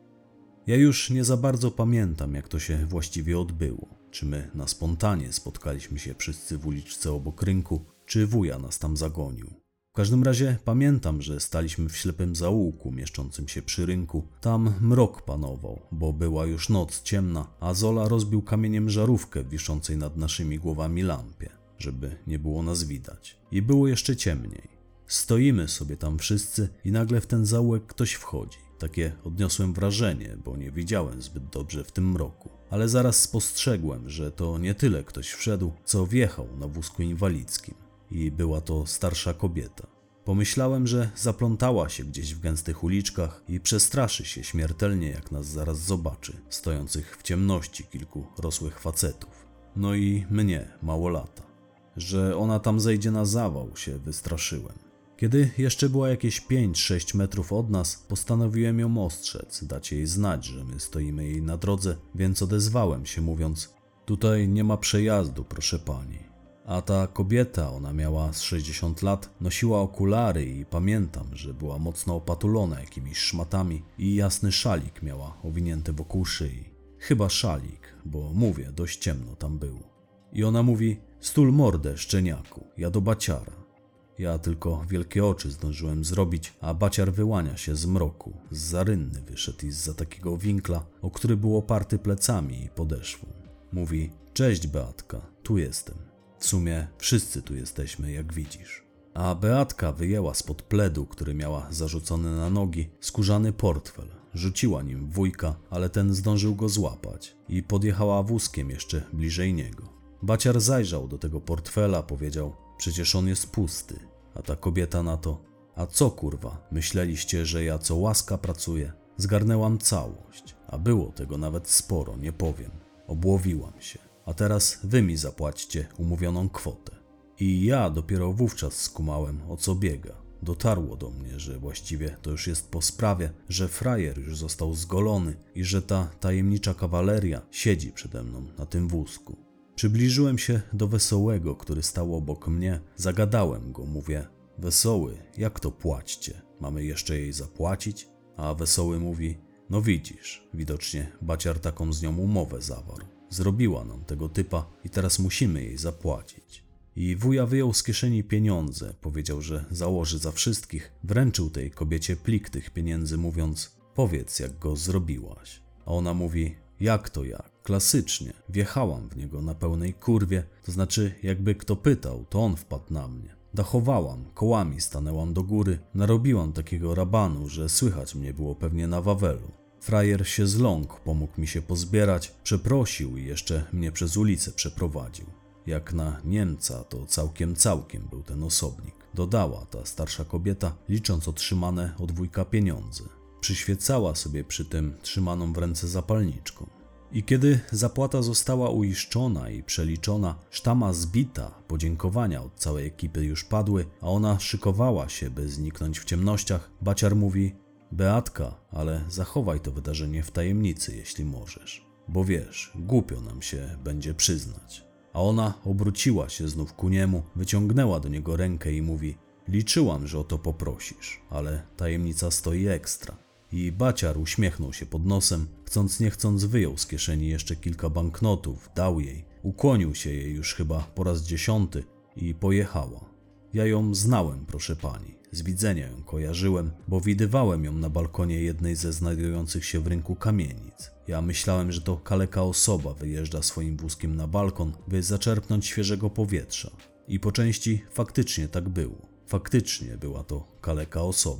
Ja już nie za bardzo pamiętam, jak to się właściwie odbyło. Czy my na spontanie spotkaliśmy się wszyscy w uliczce obok rynku, czy wuja nas tam zagonił. W każdym razie pamiętam, że staliśmy w ślepym zaułku mieszczącym się przy rynku. Tam mrok panował, bo była już noc ciemna, a Zola rozbił kamieniem żarówkę w wiszącej nad naszymi głowami lampie, żeby nie było nas widać. I było jeszcze ciemniej. Stoimy sobie tam wszyscy i nagle w ten zaułek ktoś wchodzi. Takie odniosłem wrażenie, bo nie widziałem zbyt dobrze w tym mroku. Ale zaraz spostrzegłem, że to nie tyle ktoś wszedł, co wjechał na wózku inwalidzkim. I była to starsza kobieta. Pomyślałem, że zaplątała się gdzieś w gęstych uliczkach i przestraszy się śmiertelnie, jak nas zaraz zobaczy, stojących w ciemności kilku rosłych facetów. No i mnie, małolata. Że ona tam zejdzie na zawał, się wystraszyłem. Kiedy jeszcze była jakieś 5-6 metrów od nas, postanowiłem ją ostrzec, dać jej znać, że my stoimy jej na drodze, więc odezwałem się mówiąc: tutaj nie ma przejazdu, proszę pani. A ta kobieta, ona miała z 60 lat, nosiła okulary i pamiętam, że była mocno opatulona jakimiś szmatami i jasny szalik miała owinięty wokół szyi. Chyba szalik, bo mówię, dość ciemno tam było. I ona mówi: stul mordę, szczeniaku, ja do Baciara. Ja tylko wielkie oczy zdążyłem zrobić, a Baciar wyłania się z mroku, zza rynny wyszedł i zza takiego winkla, o który był oparty plecami i podeszwą. Mówi: cześć Beatka, tu jestem. W sumie wszyscy tu jesteśmy, jak widzisz. A Beatka wyjęła spod pledu, który miała zarzucony na nogi, skórzany portfel. Rzuciła nim wujka, ale ten zdążył go złapać i podjechała wózkiem jeszcze bliżej niego. Baciar zajrzał do tego portfela, powiedział: przecież on jest pusty. A ta kobieta na to: a co kurwa, myśleliście, że ja co łaska pracuję? Zgarnęłam całość, a było tego nawet sporo, nie powiem. Obłowiłam się. A teraz wy mi zapłaćcie umówioną kwotę. I ja dopiero wówczas skumałem, o co biega. Dotarło do mnie, że właściwie to już jest po sprawie, że frajer już został zgolony i że ta tajemnicza kawaleria siedzi przede mną na tym wózku. Przybliżyłem się do Wesołego, który stał obok mnie, zagadałem go, mówię: Wesoły, jak to płaćcie? Mamy jeszcze jej zapłacić? A Wesoły mówi: no widzisz, widocznie Baciar taką z nią umowę zawarł. Zrobiła nam tego typa i teraz musimy jej zapłacić. I wuja wyjął z kieszeni pieniądze, powiedział, że założy za wszystkich, wręczył tej kobiecie plik tych pieniędzy, mówiąc: powiedz, jak go zrobiłaś. A ona mówi: jak to jak? Klasycznie. Wjechałam w niego na pełnej kurwie, to znaczy jakby kto pytał, to on wpadł na mnie. Dachowałam, kołami stanęłam do góry, narobiłam takiego rabanu, że słychać mnie było pewnie na Wawelu. Frajer się zląkł, pomógł mi się pozbierać, przeprosił i jeszcze mnie przez ulicę przeprowadził. Jak na Niemca, to całkiem był ten osobnik, dodała ta starsza kobieta, licząc otrzymane od wujka pieniądze. Przyświecała sobie przy tym trzymaną w ręce zapalniczką. I kiedy zapłata została uiszczona i przeliczona, sztama zbita, podziękowania od całej ekipy już padły, a ona szykowała się, by zniknąć w ciemnościach, Baciar mówi: Beatka, ale zachowaj to wydarzenie w tajemnicy, jeśli możesz, bo wiesz, głupio nam się będzie przyznać. A ona obróciła się znów ku niemu, wyciągnęła do niego rękę i mówi: liczyłam, że o to poprosisz, ale tajemnica stoi ekstra. I Baciar uśmiechnął się pod nosem, chcąc nie chcąc wyjął z kieszeni jeszcze kilka banknotów, dał jej, ukłonił się jej już chyba po raz 10 i pojechała. Ja ją znałem, proszę pani, z widzenia ją kojarzyłem, bo widywałem ją na balkonie jednej ze znajdujących się w rynku kamienic. Ja myślałem, że to kaleka osoba wyjeżdża swoim wózkiem na balkon, by zaczerpnąć świeżego powietrza. I po części faktycznie tak było. Faktycznie była to kaleka osoba.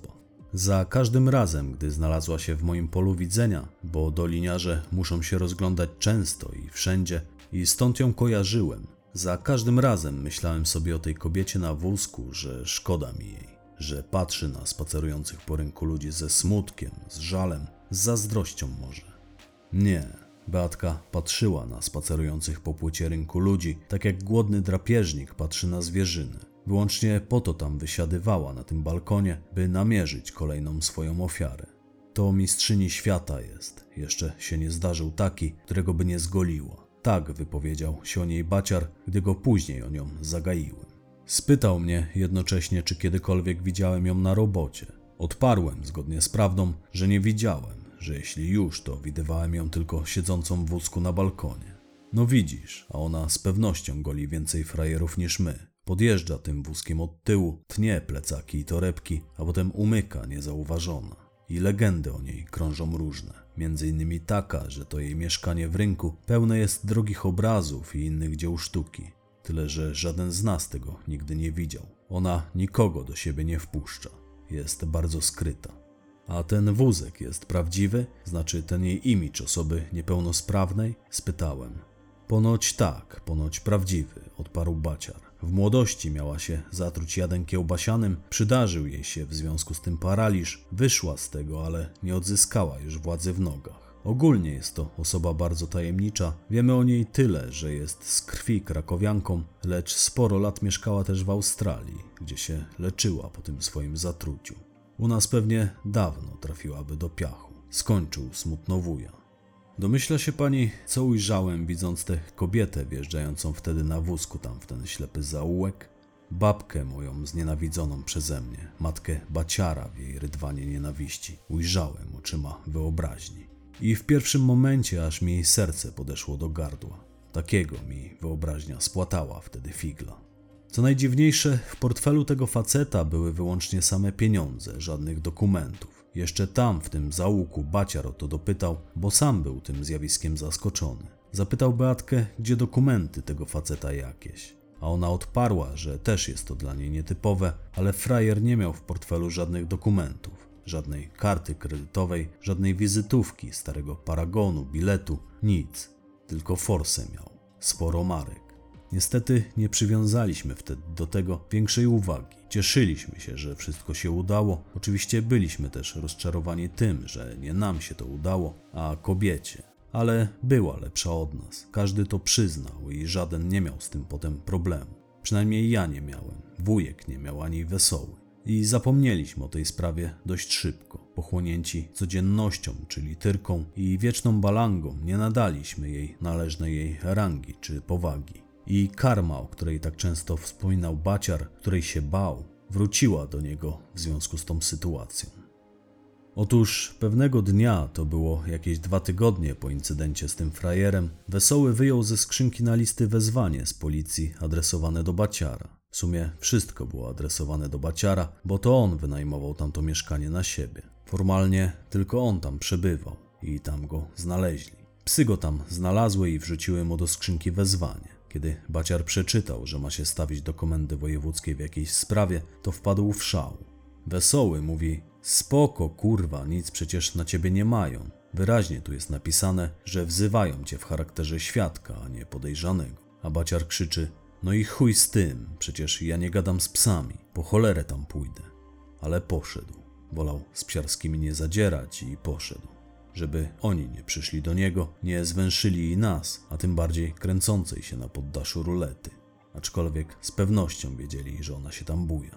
Za każdym razem, gdy znalazła się w moim polu widzenia, bo doliniarze muszą się rozglądać często i wszędzie, i stąd ją kojarzyłem, za każdym razem myślałem sobie o tej kobiecie na wózku, że szkoda mi jej, że patrzy na spacerujących po rynku ludzi ze smutkiem, z żalem, z zazdrością może. Nie, Beatka patrzyła na spacerujących po płycie rynku ludzi, tak jak głodny drapieżnik patrzy na zwierzyny. Wyłącznie po to tam wysiadywała na tym balkonie, by namierzyć kolejną swoją ofiarę. To mistrzyni świata jest, jeszcze się nie zdarzył taki, którego by nie zgoliła. Tak wypowiedział się o niej Baciar, gdy go później o nią zagaiłem. Spytał mnie jednocześnie, czy kiedykolwiek widziałem ją na robocie. Odparłem zgodnie z prawdą, że nie widziałem, że jeśli już, to widywałem ją tylko siedzącą w wózku na balkonie. No widzisz, a ona z pewnością goli więcej frajerów niż my. Podjeżdża tym wózkiem od tyłu, tnie plecaki i torebki, a potem umyka niezauważona. I legendy o niej krążą różne. Między innymi taka, że to jej mieszkanie w rynku pełne jest drogich obrazów i innych dzieł sztuki. Tyle, że żaden z nas tego nigdy nie widział. Ona nikogo do siebie nie wpuszcza. Jest bardzo skryta. A ten wózek jest prawdziwy? Znaczy ten jej imidż osoby niepełnosprawnej? Spytałem. Ponoć tak, ponoć prawdziwy, odparł Baciar. W młodości miała się zatruć jadem kiełbasianym, przydarzył jej się w związku z tym paraliż, wyszła z tego, ale nie odzyskała już władzy w nogach. Ogólnie jest to osoba bardzo tajemnicza, wiemy o niej tyle, że jest z krwi krakowianką, lecz sporo lat mieszkała też w Australii, gdzie się leczyła po tym swoim zatruciu. U nas pewnie dawno trafiłaby do piachu, skończył smutno wuja. Domyśla się pani, co ujrzałem, widząc tę kobietę wjeżdżającą wtedy na wózku tam w ten ślepy zaułek? Babkę moją znienawidzoną przeze mnie, matkę Baciara w jej rydwanie nienawiści, ujrzałem oczyma wyobraźni. I w pierwszym momencie aż mi serce podeszło do gardła. Takiego mi wyobraźnia spłatała wtedy figla. Co najdziwniejsze, w portfelu tego faceta były wyłącznie same pieniądze, żadnych dokumentów. Jeszcze tam, w tym zaułku, Baciar o to dopytał, bo sam był tym zjawiskiem zaskoczony. Zapytał Beatkę, gdzie dokumenty tego faceta jakieś. A ona odparła, że też jest to dla niej nietypowe, ale frajer nie miał w portfelu żadnych dokumentów, żadnej karty kredytowej, żadnej wizytówki, starego paragonu, biletu, nic. Tylko forsę miał, sporo marek. Niestety nie przywiązaliśmy wtedy do tego większej uwagi. Cieszyliśmy się, że wszystko się udało. Oczywiście byliśmy też rozczarowani tym, że nie nam się to udało, a kobiecie. Ale była lepsza od nas. Każdy to przyznał i żaden nie miał z tym potem problemu. Przynajmniej ja nie miałem. Wujek nie miał ani Wesoły. I zapomnieliśmy o tej sprawie dość szybko. Pochłonięci codziennością, czyli tyrką i wieczną balangą, nie nadaliśmy jej należnej jej rangi czy powagi. I karma, o której tak często wspominał Baciar, której się bał, wróciła do niego w związku z tą sytuacją. Otóż pewnego dnia, to było jakieś 2 tygodnie po incydencie z tym frajerem, Wesoły wyjął ze skrzynki na listy wezwanie z policji adresowane do Baciara. W sumie wszystko było adresowane do Baciara, bo to on wynajmował tamto mieszkanie na siebie. Formalnie tylko on tam przebywał i tam go znaleźli. Psy go tam znalazły i wrzuciły mu do skrzynki wezwanie. Kiedy Baciar przeczytał, że ma się stawić do komendy wojewódzkiej w jakiejś sprawie, to wpadł w szał. Wesoły mówi: spoko, kurwa, nic przecież na ciebie nie mają. Wyraźnie tu jest napisane, że wzywają cię w charakterze świadka, a nie podejrzanego. A Baciar krzyczy: no i chuj z tym, przecież ja nie gadam z psami, po cholerę tam pójdę. Ale poszedł. Wolał z psiarskimi nie zadzierać i poszedł. Żeby oni nie przyszli do niego, nie zwęszyli i nas, a tym bardziej kręcącej się na poddaszu rulety. Aczkolwiek z pewnością wiedzieli, że ona się tam buja.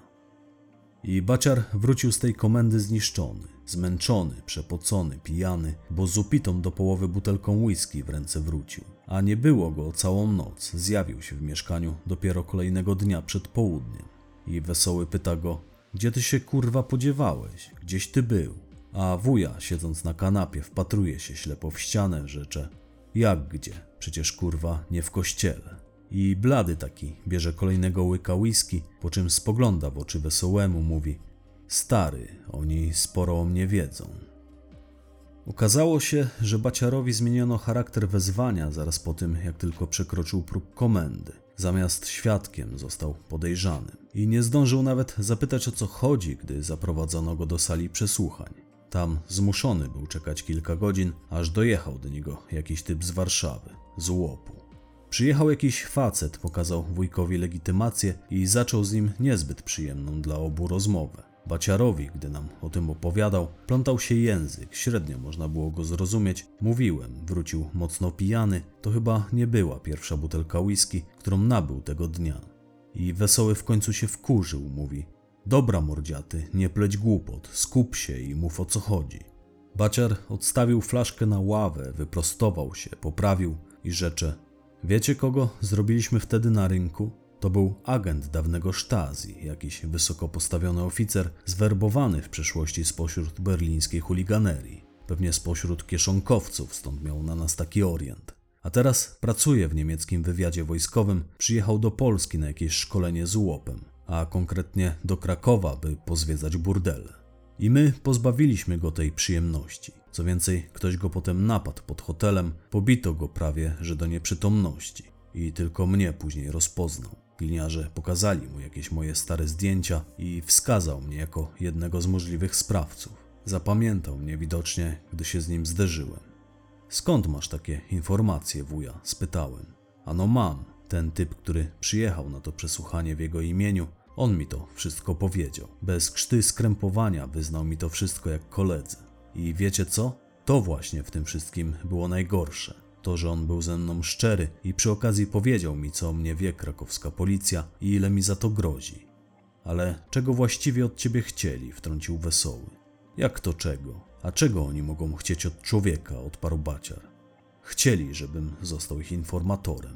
I Baciar wrócił z tej komendy zniszczony, zmęczony, przepocony, pijany, bo z upitą do połowy butelką whisky w ręce wrócił. A nie było go całą noc, zjawił się w mieszkaniu dopiero kolejnego dnia przed południem. I Wesoły pyta go: gdzie ty się kurwa podziewałeś? Gdzieś ty był? A wuja, siedząc na kanapie, wpatruje się ślepo w ścianę, rzecze: jak gdzie? Przecież kurwa nie w kościele. I blady taki bierze kolejnego łyka whisky, po czym spogląda w oczy Wesołemu, mówi: stary, oni sporo o mnie wiedzą. Okazało się, że Baciarowi zmieniono charakter wezwania zaraz po tym, jak tylko przekroczył próg komendy. Zamiast świadkiem został podejrzanym i nie zdążył nawet zapytać, o co chodzi, gdy zaprowadzono go do sali przesłuchań. Tam zmuszony był czekać kilka godzin, aż dojechał do niego jakiś typ z Warszawy, z Łopu. Przyjechał jakiś facet, pokazał wujkowi legitymację i zaczął z nim niezbyt przyjemną dla obu rozmowę. Baciarowi, gdy nam o tym opowiadał, plątał się język, średnio można było go zrozumieć. Mówiłem, wrócił mocno pijany, to chyba nie była pierwsza butelka whisky, którą nabył tego dnia. I Wesoły w końcu się wkurzył, mówi: dobra mordziaty, nie pleć głupot, skup się i mów, o co chodzi. Baciar odstawił flaszkę na ławę, wyprostował się, poprawił i rzecze: wiecie, kogo zrobiliśmy wtedy na rynku? To był agent dawnego Stasi, jakiś wysoko postawiony oficer, zwerbowany w przeszłości spośród berlińskiej chuliganerii. Pewnie spośród kieszonkowców, stąd miał na nas taki orient. A teraz pracuje w niemieckim wywiadzie wojskowym, przyjechał do Polski na jakieś szkolenie z Łopem, a konkretnie do Krakowa, by pozwiedzać burdele. I my pozbawiliśmy go tej przyjemności. Co więcej, ktoś go potem napadł pod hotelem, pobito go prawie, że do nieprzytomności. I tylko mnie później rozpoznał. Gliniarze pokazali mu jakieś moje stare zdjęcia i wskazał mnie jako jednego z możliwych sprawców. Zapamiętał mnie widocznie, gdy się z nim zderzyłem. Skąd masz takie informacje, wuja? Spytałem. Ano mam. Ten typ, który przyjechał na to przesłuchanie w jego imieniu, on mi to wszystko powiedział. Bez krzty skrępowania wyznał mi to wszystko jak koledze. I wiecie co? To właśnie w tym wszystkim było najgorsze. To, że on był ze mną szczery i przy okazji powiedział mi, co o mnie wie krakowska policja i ile mi za to grozi. Ale czego właściwie od ciebie chcieli? Wtrącił Wesoły. Jak to czego? A czego oni mogą chcieć od człowieka? Odparł Baciar. Chcieli, żebym został ich informatorem.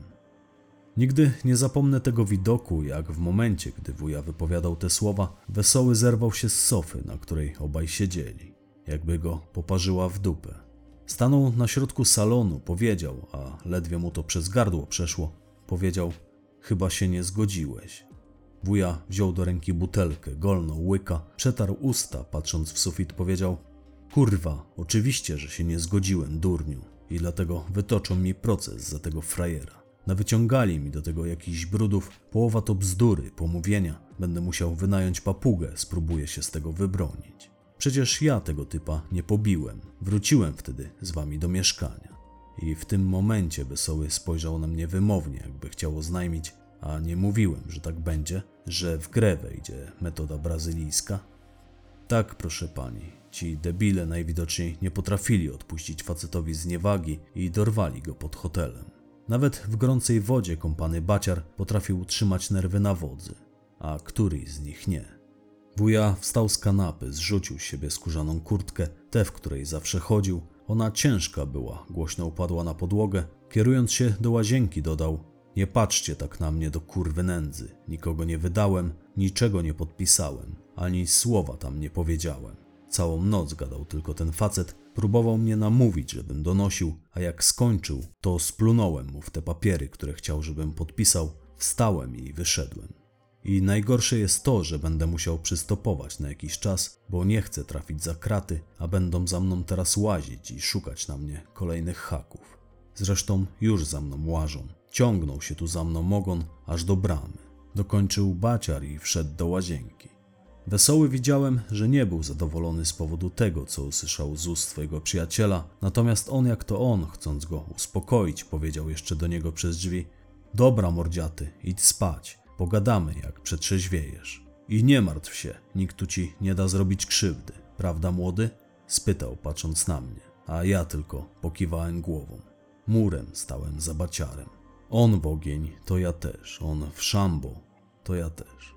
Nigdy nie zapomnę tego widoku, jak w momencie, gdy wuja wypowiadał te słowa, Wesoły zerwał się z sofy, na której obaj siedzieli. Jakby go poparzyła w dupę. Stanął na środku salonu, powiedział, a ledwie mu to przez gardło przeszło, powiedział: chyba się nie zgodziłeś. Wuja wziął do ręki butelkę, golnął łyka, przetarł usta, patrząc w sufit, powiedział: kurwa, oczywiście, że się nie zgodziłem, durniu, i dlatego wytoczą mi proces za tego frajera. Nawyciągali mi do tego jakichś brudów, połowa to bzdury, pomówienia, będę musiał wynająć papugę, spróbuję się z tego wybronić. Przecież ja tego typa nie pobiłem. Wróciłem wtedy z wami do mieszkania. I w tym momencie Wesoły spojrzał na mnie wymownie, jakby chciał oznajmić, a nie mówiłem, że tak będzie, że w grę wejdzie metoda brazylijska. Tak, proszę pani, ci debile najwidoczniej nie potrafili odpuścić facetowi zniewagi i dorwali go pod hotelem. Nawet w gorącej wodzie kąpany Baciar potrafił utrzymać nerwy na wodzy, a któryś z nich nie. Wuja wstał z kanapy, zrzucił z siebie skórzaną kurtkę, tę, w której zawsze chodził. Ona ciężka była, głośno upadła na podłogę. Kierując się do łazienki, dodał: nie patrzcie tak na mnie do kurwy nędzy. Nikogo nie wydałem, niczego nie podpisałem, ani słowa tam nie powiedziałem. Całą noc gadał tylko ten facet, próbował mnie namówić, żebym donosił, a jak skończył, to splunąłem mu w te papiery, które chciał, żebym podpisał, wstałem i wyszedłem. I najgorsze jest to, że będę musiał przystopować na jakiś czas, bo nie chcę trafić za kraty, a będą za mną teraz łazić i szukać na mnie kolejnych haków. Zresztą już za mną łażą. Ciągnął się tu za mną ogon aż do bramy. Dokończył Baciar i wszedł do łazienki. Wesoły widziałem, że nie był zadowolony z powodu tego, co usłyszał z ust swojego przyjaciela, natomiast on jak to on, chcąc go uspokoić, powiedział jeszcze do niego przez drzwi: dobra mordziaty, idź spać. Pogadamy, jak przetrzeźwiejesz. I nie martw się, nikt tu ci nie da zrobić krzywdy. Prawda, młody? Spytał, patrząc na mnie, a ja tylko pokiwałem głową. Murem stałem za Baciarem. On w ogień, to ja też. On w szambo, to ja też.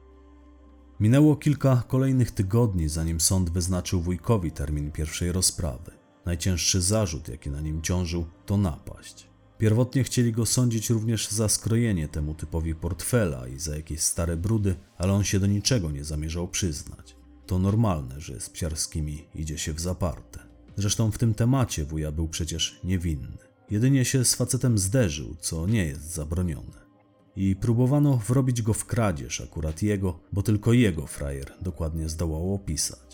Minęło kilka kolejnych tygodni, zanim sąd wyznaczył wujkowi termin pierwszej rozprawy. Najcięższy zarzut, jaki na nim ciążył, to napaść. Pierwotnie chcieli go sądzić również za skrojenie temu typowi portfela i za jakieś stare brudy, ale on się do niczego nie zamierzał przyznać. To normalne, że z Psiarskimi idzie się w zaparte. Zresztą w tym temacie wuja był przecież niewinny. Jedynie się z facetem zderzył, co nie jest zabronione. I próbowano wrobić go w kradzież, akurat jego, bo tylko jego frajer dokładnie zdołał opisać.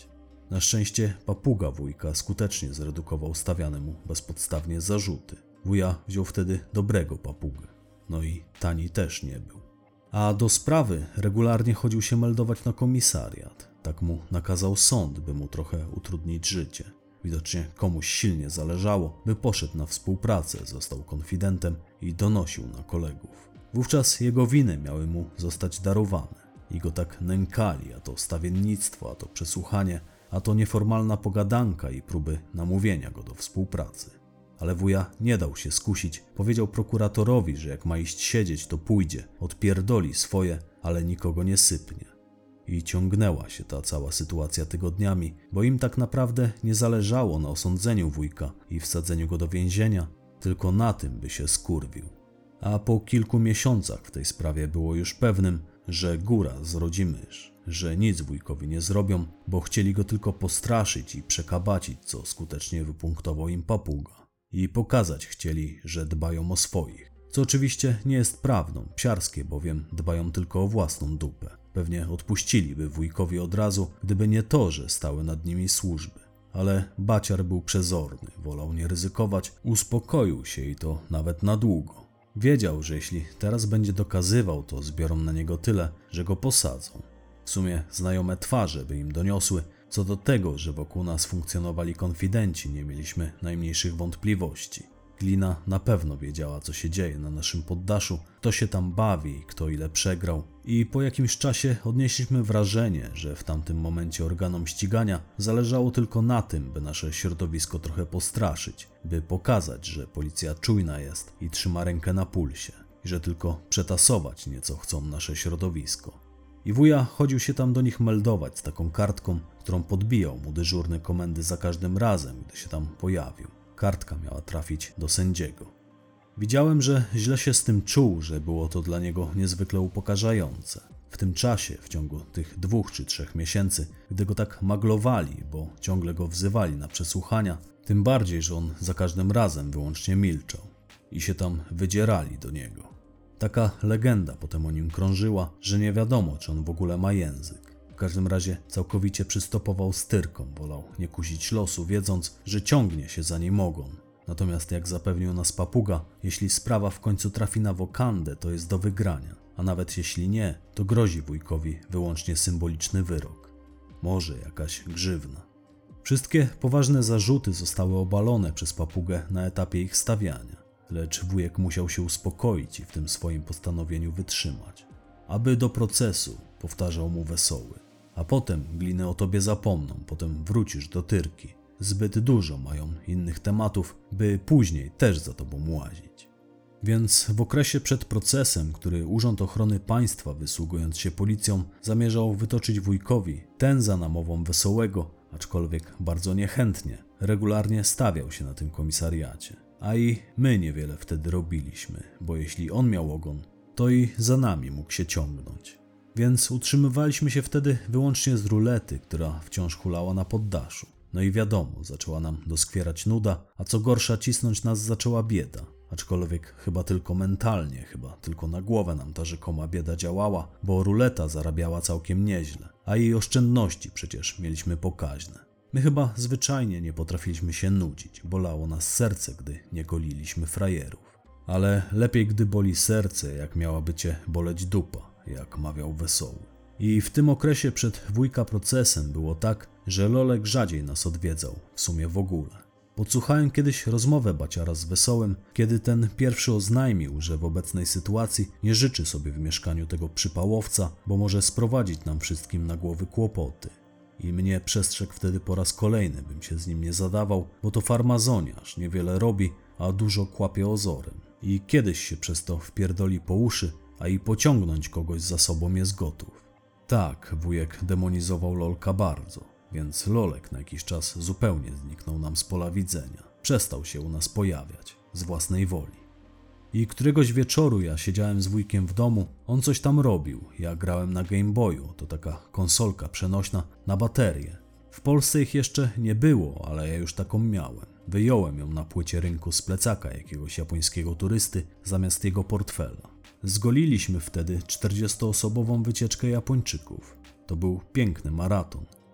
Na szczęście papuga wujka skutecznie zredukował stawiane mu bezpodstawnie zarzuty. Wuja wziął wtedy dobrego papugę. No i tani też nie był. A do sprawy regularnie chodził się meldować na komisariat. Tak mu nakazał sąd, by mu trochę utrudnić życie. Widocznie komuś silnie zależało, by poszedł na współpracę, został konfidentem i donosił na kolegów. Wówczas jego winy miały mu zostać darowane. I go tak nękali, a to stawiennictwo, a to przesłuchanie, a to nieformalna pogadanka i próby namówienia go do współpracy. Ale wuja nie dał się skusić, powiedział prokuratorowi, że jak ma iść siedzieć, to pójdzie, odpierdoli swoje, ale nikogo nie sypnie. I ciągnęła się ta cała sytuacja tygodniami, bo im tak naprawdę nie zależało na osądzeniu wujka i wsadzeniu go do więzienia, tylko na tym, by się skurwił. A po kilku miesiącach w tej sprawie było już pewnym, że góra zrodzi mysz, że nic wujkowi nie zrobią, bo chcieli go tylko postraszyć i przekabacić, co skutecznie wypunktował im papuga. I pokazać chcieli, że dbają o swoich. Co oczywiście nie jest prawdą, psiarskie bowiem dbają tylko o własną dupę. Pewnie odpuściliby wujkowi od razu, gdyby nie to, że stały nad nimi służby. Ale baciar był przezorny, wolał nie ryzykować, uspokoił się i to nawet na długo. Wiedział, że jeśli teraz będzie dokazywał, to zbiorą na niego tyle, że go posadzą. W sumie znajome twarze by im doniosły. Co do tego, że wokół nas funkcjonowali konfidenci, nie mieliśmy najmniejszych wątpliwości. Glina na pewno wiedziała, co się dzieje na naszym poddaszu, kto się tam bawi, kto ile przegrał. I po jakimś czasie odnieśliśmy wrażenie, że w tamtym momencie organom ścigania zależało tylko na tym, by nasze środowisko trochę postraszyć, by pokazać, że policja czujna jest i trzyma rękę na pulsie, i że tylko przetasować nieco chcą nasze środowisko. I wuja chodził się tam do nich meldować z taką kartką, którą podbijał mu dyżurny komendy za każdym razem, gdy się tam pojawił. Kartka miała trafić do sędziego. Widziałem, że źle się z tym czuł, że było to dla niego niezwykle upokarzające. W tym czasie, w ciągu tych 2 czy 3 miesięcy, gdy go tak maglowali, bo ciągle go wzywali na przesłuchania, tym bardziej, że on za każdym razem wyłącznie milczał i się tam wydzierali do niego. Taka legenda potem o nim krążyła, że nie wiadomo, czy on w ogóle ma język. W każdym razie całkowicie przystopował styrkom, wolał nie kusić losu, wiedząc, że ciągnie się za nim ogon. Natomiast jak zapewnił nas papuga, jeśli sprawa w końcu trafi na wokandę, to jest do wygrania, a nawet jeśli nie, to grozi wujkowi wyłącznie symboliczny wyrok. Może jakaś grzywna. Wszystkie poważne zarzuty zostały obalone przez papugę na etapie ich stawiania. Lecz wujek musiał się uspokoić i w tym swoim postanowieniu wytrzymać. Aby do procesu, powtarzał mu Wesoły. A potem gliny o tobie zapomną, potem wrócisz do Tyrki. Zbyt dużo mają innych tematów, by później też za tobą łazić. Więc w okresie przed procesem, który Urząd Ochrony Państwa, wysługując się policją, zamierzał wytoczyć wujkowi, ten za namową Wesołego, aczkolwiek bardzo niechętnie, regularnie stawiał się na tym komisariacie. A i my niewiele wtedy robiliśmy, bo jeśli on miał ogon, to i za nami mógł się ciągnąć. Więc utrzymywaliśmy się wtedy wyłącznie z rulety, która wciąż hulała na poddaszu. No i wiadomo, zaczęła nam doskwierać nuda, a co gorsza cisnąć nas zaczęła bieda. Aczkolwiek chyba tylko mentalnie, chyba tylko na głowę nam ta rzekoma bieda działała, bo ruleta zarabiała całkiem nieźle, a jej oszczędności przecież mieliśmy pokaźne. My chyba zwyczajnie nie potrafiliśmy się nudzić, bolało nas serce, gdy nie goliliśmy frajerów. Ale lepiej, gdy boli serce, jak miałaby cię boleć dupa, jak mawiał Wesoły. I w tym okresie przed wujka procesem było tak, że Lolek rzadziej nas odwiedzał, w sumie w ogóle. Podsłuchałem kiedyś rozmowę baciara z Wesołym, kiedy ten pierwszy oznajmił, że w obecnej sytuacji nie życzy sobie w mieszkaniu tego przypałowca, bo może sprowadzić nam wszystkim na głowy kłopoty. I mnie przestrzegł wtedy po raz kolejny, bym się z nim nie zadawał, bo to farmazoniarz, niewiele robi, a dużo kłapie ozorem. I kiedyś się przez to wpierdoli po uszy, a i pociągnąć kogoś za sobą jest gotów. Tak, wujek demonizował Lolka bardzo, więc Lolek na jakiś czas zupełnie zniknął nam z pola widzenia. Przestał się u nas pojawiać, z własnej woli. I któregoś wieczoru ja siedziałem z wujkiem w domu, on coś tam robił, ja grałem na Game Boyu, to taka konsolka przenośna na baterię. W Polsce ich jeszcze nie było, ale ja już taką miałem. Wyjąłem ją na płycie rynku z plecaka jakiegoś japońskiego turysty zamiast jego portfela. Zgoliliśmy wtedy 40-osobową wycieczkę Japończyków. To był piękny maraton.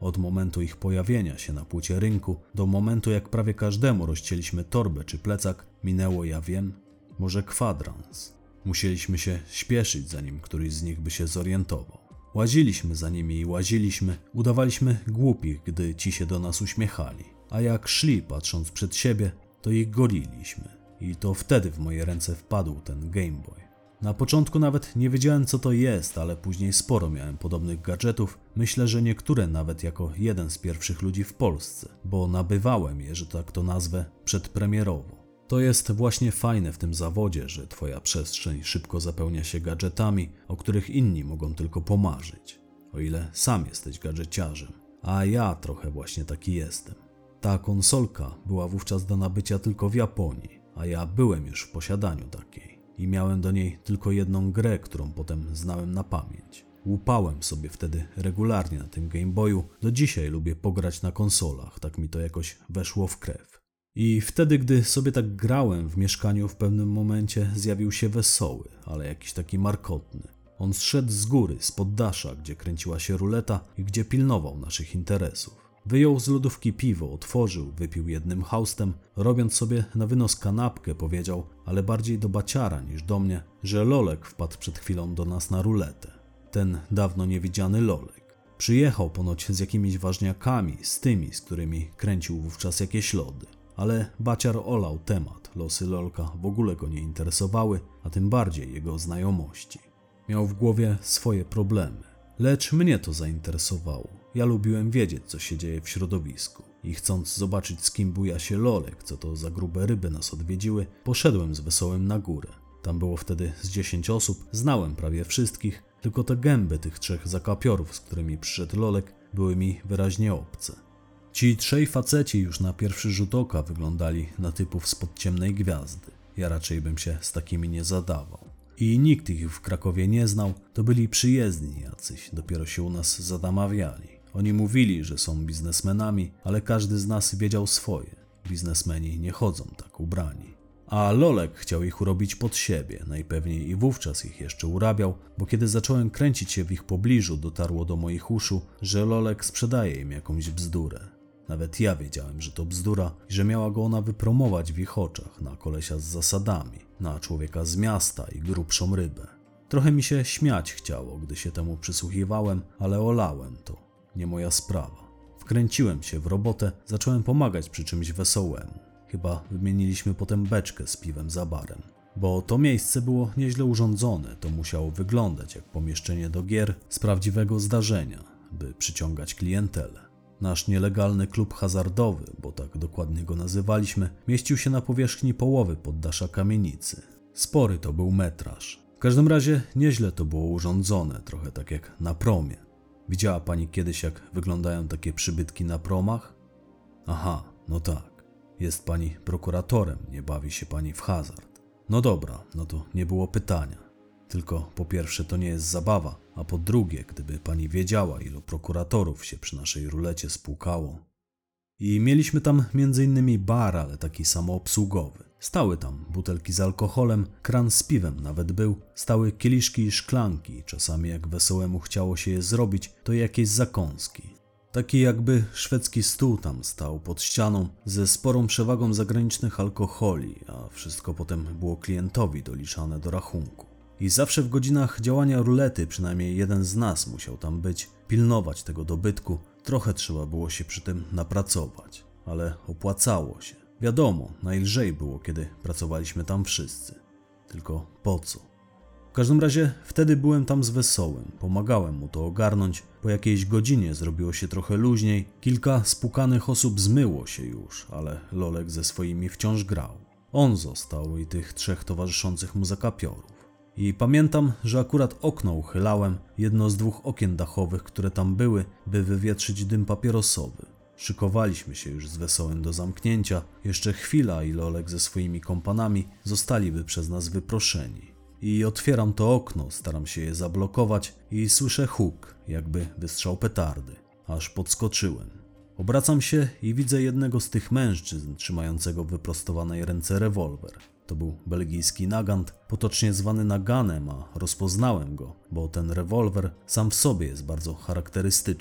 Od momentu ich pojawienia się na płycie rynku do momentu, jak prawie każdemu rozcięliśmy torbę czy plecak, minęło, ja wiem, może kwadrans. Musieliśmy się śpieszyć, zanim któryś z nich by się zorientował. Łaziliśmy za nimi i łaziliśmy, udawaliśmy głupich, gdy ci się do nas uśmiechali. A jak szli, patrząc przed siebie, to ich goliliśmy. I to wtedy w moje ręce wpadł ten Game Boy. Na początku nawet nie wiedziałem, co to jest, ale później sporo miałem podobnych gadżetów. Myślę, że niektóre nawet jako jeden z pierwszych ludzi w Polsce, bo nabywałem je, że tak to nazwę, przedpremierowo. To jest właśnie fajne w tym zawodzie, że twoja przestrzeń szybko zapełnia się gadżetami, o których inni mogą tylko pomarzyć. O ile sam jesteś gadżeciarzem, a ja trochę właśnie taki jestem. Ta konsolka była wówczas do nabycia tylko w Japonii, a ja byłem już w posiadaniu takiej. I miałem do niej tylko jedną grę, którą potem znałem na pamięć. Łupałem sobie wtedy regularnie na tym Game Boyu. Do dzisiaj lubię pograć na konsolach, tak mi to jakoś weszło w krew. I wtedy, gdy sobie tak grałem w mieszkaniu, w pewnym momencie zjawił się Wesoły, ale jakiś taki markotny. On zszedł z góry, z poddasza, gdzie kręciła się ruleta i gdzie pilnował naszych interesów. Wyjął z lodówki piwo, otworzył, wypił jednym haustem, robiąc sobie na wynos kanapkę, powiedział, ale bardziej do baciara niż do mnie, że Lolek wpadł przed chwilą do nas na ruletę. Ten dawno niewidziany Lolek. Przyjechał ponoć z jakimiś ważniakami, z tymi, z którymi kręcił wówczas jakieś lody. Ale baciar olał temat, losy Lolka w ogóle go nie interesowały, a tym bardziej jego znajomości. Miał w głowie swoje problemy. Lecz mnie to zainteresowało. Ja lubiłem wiedzieć, co się dzieje w środowisku. I chcąc zobaczyć, z kim buja się Lolek, co to za grube ryby nas odwiedziły, poszedłem z Wesołym na górę. Tam było wtedy z 10 osób, znałem prawie wszystkich, tylko te gęby tych 3 zakapiorów, z którymi przyszedł Lolek, były mi wyraźnie obce. Ci 3 faceci już na pierwszy rzut oka wyglądali na typów spod ciemnej gwiazdy. Ja raczej bym się z takimi nie zadawał. I nikt ich w Krakowie nie znał, to byli przyjezdni jacyś, dopiero się u nas zadamawiali. Oni mówili, że są biznesmenami, ale każdy z nas wiedział swoje. Biznesmeni nie chodzą tak ubrani. A Lolek chciał ich urobić pod siebie, najpewniej i wówczas ich jeszcze urabiał, bo kiedy zacząłem kręcić się w ich pobliżu, dotarło do moich uszu, że Lolek sprzedaje im jakąś bzdurę. Nawet ja wiedziałem, że to bzdura i że miała go ona wypromować w ich oczach na kolesia z zasadami, na człowieka z miasta i grubszą rybę. Trochę mi się śmiać chciało, gdy się temu przysłuchiwałem, ale olałem to. Nie moja sprawa. Wkręciłem się w robotę, zacząłem pomagać przy czymś wesołemu. Chyba wymieniliśmy potem beczkę z piwem za barem. Bo to miejsce było nieźle urządzone, to musiało wyglądać jak pomieszczenie do gier z prawdziwego zdarzenia, by przyciągać klientelę. Nasz nielegalny klub hazardowy, bo tak dokładnie go nazywaliśmy, mieścił się na powierzchni połowy poddasza kamienicy. Spory to był metraż. W każdym razie nieźle to było urządzone, trochę tak jak na promie. Widziała pani kiedyś, jak wyglądają takie przybytki na promach? Aha, no tak. Jest pani prokuratorem, nie bawi się pani w hazard. No dobra, no to nie było pytania. Tylko po pierwsze to nie jest zabawa, a po drugie, gdyby pani wiedziała, ilu prokuratorów się przy naszej rulecie spłukało. I mieliśmy tam m.in. bar, ale taki samoobsługowy. Stały tam butelki z alkoholem, kran z piwem nawet był, stały kieliszki i szklanki, czasami jak Wesołemu chciało się je zrobić, to jakieś zakąski. Taki jakby szwedzki stół tam stał pod ścianą ze sporą przewagą zagranicznych alkoholi, a wszystko potem było klientowi doliczane do rachunku. I zawsze w godzinach działania rulety przynajmniej jeden z nas musiał tam być, pilnować tego dobytku. Trochę trzeba było się przy tym napracować, ale opłacało się. Wiadomo, najlżej było, kiedy pracowaliśmy tam wszyscy. Tylko po co? W każdym razie wtedy byłem tam z Wesołym, pomagałem mu to ogarnąć. Po jakiejś godzinie zrobiło się trochę luźniej, kilka spukanych osób zmyło się już, ale Lolek ze swoimi wciąż grał. On został i tych 3 towarzyszących mu zakapiorów. I pamiętam, że akurat okno uchylałem, jedno z 2 okien dachowych, które tam były, by wywietrzyć dym papierosowy. Szykowaliśmy się już z Wesołym do zamknięcia, jeszcze chwila i Lolek ze swoimi kompanami zostaliby przez nas wyproszeni. I otwieram to okno, staram się je zablokować i słyszę huk, jakby wystrzał petardy. Aż podskoczyłem. Obracam się i widzę jednego z tych mężczyzn trzymającego w wyprostowanej ręce rewolwer. To był belgijski nagant, potocznie zwany naganem, a rozpoznałem go, bo ten rewolwer sam w sobie jest bardzo charakterystyczny.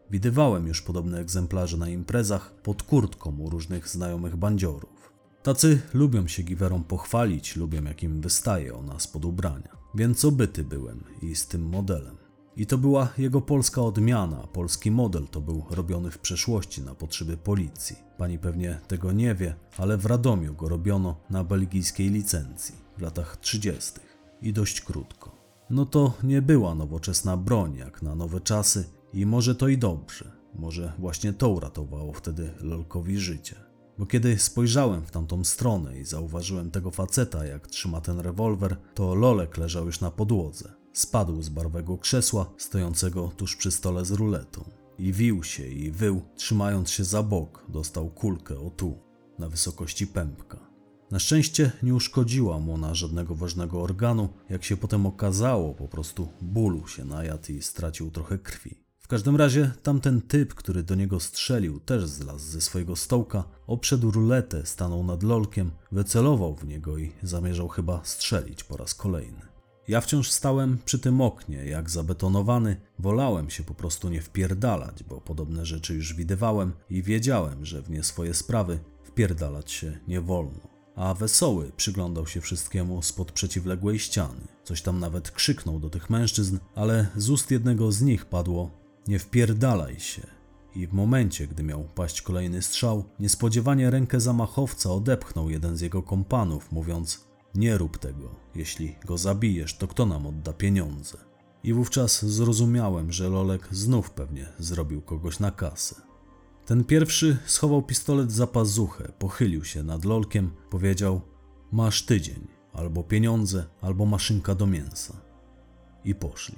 Widywałem już podobne egzemplarze na imprezach pod kurtką u różnych znajomych bandziorów. Tacy lubią się giwerom pochwalić, lubią jak im wystaje ona spod ubrania. Więc obyty byłem i z tym modelem. I to była jego polska odmiana, polski model to był robiony w przeszłości na potrzeby policji. Pani pewnie tego nie wie, ale w Radomiu go robiono na belgijskiej licencji w latach 30. i dość krótko. No to nie była nowoczesna broń jak na nowe czasy i może to i dobrze. Może właśnie to uratowało wtedy Lolkowi życie. Bo kiedy spojrzałem w tamtą stronę i zauważyłem tego faceta jak trzyma ten rewolwer, to Lolek leżał już na podłodze. Spadł z barwowego krzesła stojącego tuż przy stole z ruletą. I wił się i wył, trzymając się za bok, dostał kulkę o tu, na wysokości pępka. Na szczęście nie uszkodziła mu ona żadnego ważnego organu, jak się potem okazało, po prostu bólu się najadł i stracił trochę krwi. W każdym razie tamten typ, który do niego strzelił, też zlazł ze swojego stołka, obszedł ruletę, stanął nad Lolkiem, wycelował w niego i zamierzał chyba strzelić po raz kolejny. Ja wciąż stałem przy tym oknie, jak zabetonowany, wolałem się po prostu nie wpierdalać, bo podobne rzeczy już widywałem i wiedziałem, że w nie swoje sprawy wpierdalać się nie wolno. A Wesoły przyglądał się wszystkiemu spod przeciwległej ściany. Coś tam nawet krzyknął do tych mężczyzn, ale z ust jednego z nich padło: nie wpierdalaj się. I w momencie, gdy miał paść kolejny strzał, niespodziewanie rękę zamachowca odepchnął jeden z jego kompanów, mówiąc: nie rób tego, jeśli go zabijesz, to kto nam odda pieniądze? I wówczas zrozumiałem, że Lolek znów pewnie zrobił kogoś na kasę. Ten pierwszy schował pistolet za pazuchę, pochylił się nad Lolkiem, powiedział: masz tydzień, albo pieniądze, albo maszynka do mięsa. I poszli.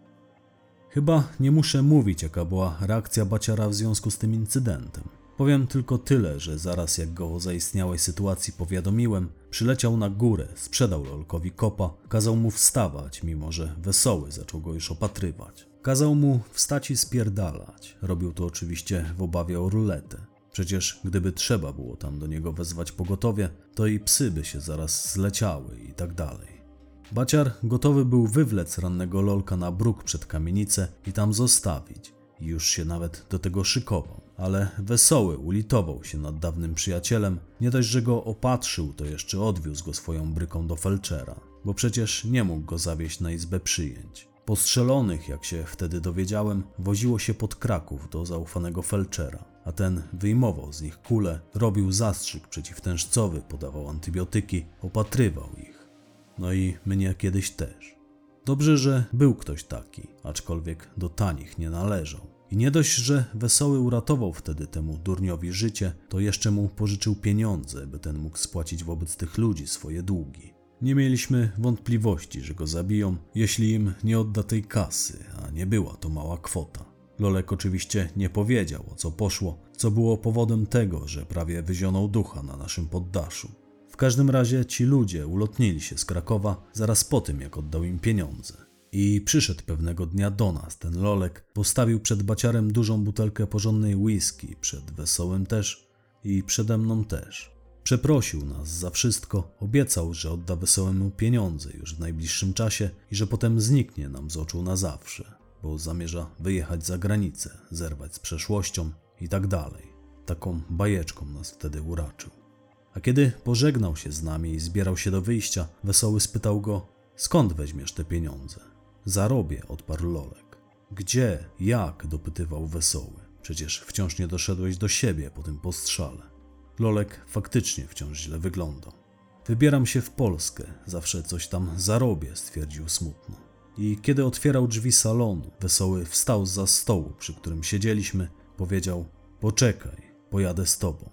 Chyba nie muszę mówić, jaka była reakcja Baciara w związku z tym incydentem. Powiem tylko tyle, że zaraz jak go o zaistniałej sytuacji powiadomiłem, przyleciał na górę, sprzedał Lolkowi kopa, kazał mu wstawać, mimo że Wesoły zaczął go już opatrywać. Kazał mu wstać i spierdalać. Robił to oczywiście w obawie o ruletę. Przecież gdyby trzeba było tam do niego wezwać pogotowie, to i psy by się zaraz zleciały i tak dalej. Baciar gotowy był wywlec rannego Lolka na bruk przed kamienicę i tam zostawić. I już się nawet do tego szykował. Ale Wesoły ulitował się nad dawnym przyjacielem. Nie dość, że go opatrzył, to jeszcze odwiózł go swoją bryką do felczera. Bo przecież nie mógł go zawieźć na izbę przyjęć. Postrzelonych, jak się wtedy dowiedziałem, woziło się pod Kraków do zaufanego felczera. A ten wyjmował z nich kule, robił zastrzyk przeciwtężcowy, podawał antybiotyki, opatrywał ich. No i mnie kiedyś też. Dobrze, że był ktoś taki, aczkolwiek do tanich nie należał. I nie dość, że Wesoły uratował wtedy temu durniowi życie, to jeszcze mu pożyczył pieniądze, by ten mógł spłacić wobec tych ludzi swoje długi. Nie mieliśmy wątpliwości, że go zabiją, jeśli im nie odda tej kasy, a nie była to mała kwota. Lolek oczywiście nie powiedział, o co poszło, co było powodem tego, że prawie wyzionął ducha na naszym poddaszu. W każdym razie ci ludzie ulotnili się z Krakowa zaraz po tym, jak oddał im pieniądze. I przyszedł pewnego dnia do nas ten Lolek, postawił przed Baciarem dużą butelkę porządnej whisky, przed Wesołym też i przede mną też. Przeprosił nas za wszystko, obiecał, że odda Wesołemu pieniądze już w najbliższym czasie i że potem zniknie nam z oczu na zawsze, bo zamierza wyjechać za granicę, zerwać z przeszłością i tak dalej. Taką bajeczką nas wtedy uraczył. A kiedy pożegnał się z nami i zbierał się do wyjścia, Wesoły spytał go: skąd weźmiesz te pieniądze? Zarobię, odparł Lolek. Gdzie? Jak? Dopytywał Wesoły. Przecież wciąż nie doszedłeś do siebie po tym postrzale. Lolek faktycznie wciąż źle wyglądał. Wybieram się w Polskę, zawsze coś tam zarobię, stwierdził smutno. I kiedy otwierał drzwi salonu, Wesoły wstał zza stołu, przy którym siedzieliśmy, powiedział: poczekaj, pojadę z tobą.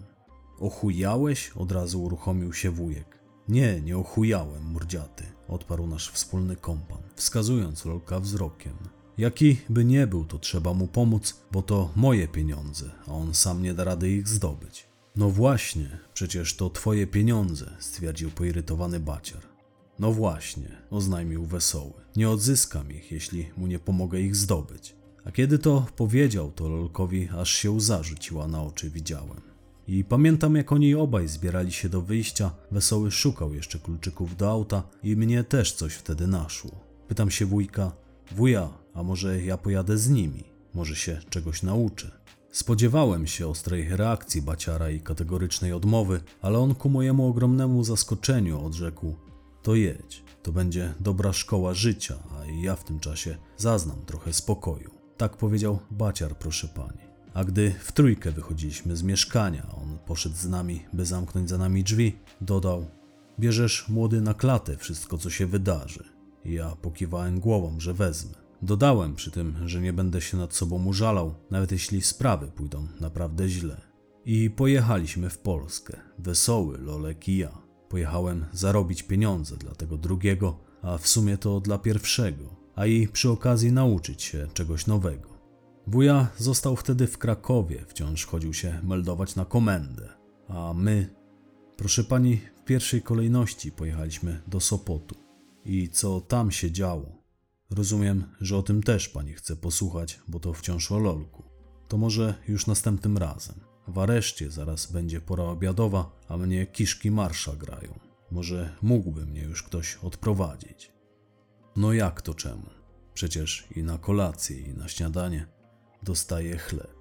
Ochujałeś? Od razu uruchomił się wujek. Nie ochujałem, murdziaty, odparł nasz wspólny kompan, wskazując Lolka wzrokiem. Jaki by nie był, to trzeba mu pomóc, bo to moje pieniądze, a on sam nie da rady ich zdobyć. No właśnie, przecież to twoje pieniądze, stwierdził poirytowany Baciar. No właśnie, oznajmił Wesoły. Nie odzyskam ich, jeśli mu nie pomogę ich zdobyć. A kiedy to powiedział, to Lolkowi aż się łza rzuciła na oczy, widziałem. I pamiętam, jak oni obaj zbierali się do wyjścia, Wesoły szukał jeszcze kluczyków do auta i mnie też coś wtedy naszło. Pytam się wujka: wuja, a może ja pojadę z nimi? Może się czegoś nauczę. Spodziewałem się ostrej reakcji Baciara i kategorycznej odmowy, ale on ku mojemu ogromnemu zaskoczeniu odrzekł: to jedź, to będzie dobra szkoła życia, a ja w tym czasie zaznam trochę spokoju. Tak powiedział Baciar, proszę pani. A gdy w trójkę wychodziliśmy z mieszkania, on poszedł z nami, by zamknąć za nami drzwi, dodał: bierzesz, młody, na klatę wszystko, co się wydarzy. I ja pokiwałem głową, że wezmę. Dodałem przy tym, że nie będę się nad sobą użalał, nawet jeśli sprawy pójdą naprawdę źle. I pojechaliśmy w Polskę, wesoły Lolek i ja. Pojechałem zarobić pieniądze dla tego drugiego, a w sumie to dla pierwszego, a i przy okazji nauczyć się czegoś nowego. Wuja został wtedy w Krakowie, wciąż chodził się meldować na komendę, a my, proszę pani, w pierwszej kolejności pojechaliśmy do Sopotu. I co tam się działo? Rozumiem, że o tym też pani chce posłuchać, bo to wciąż o Lolku. To może już następnym razem. W areszcie zaraz będzie pora obiadowa, a mnie kiszki marsza grają. Może mógłby mnie już ktoś odprowadzić. No jak to czemu? Przecież i na kolację, i na śniadanie dostaję chleb.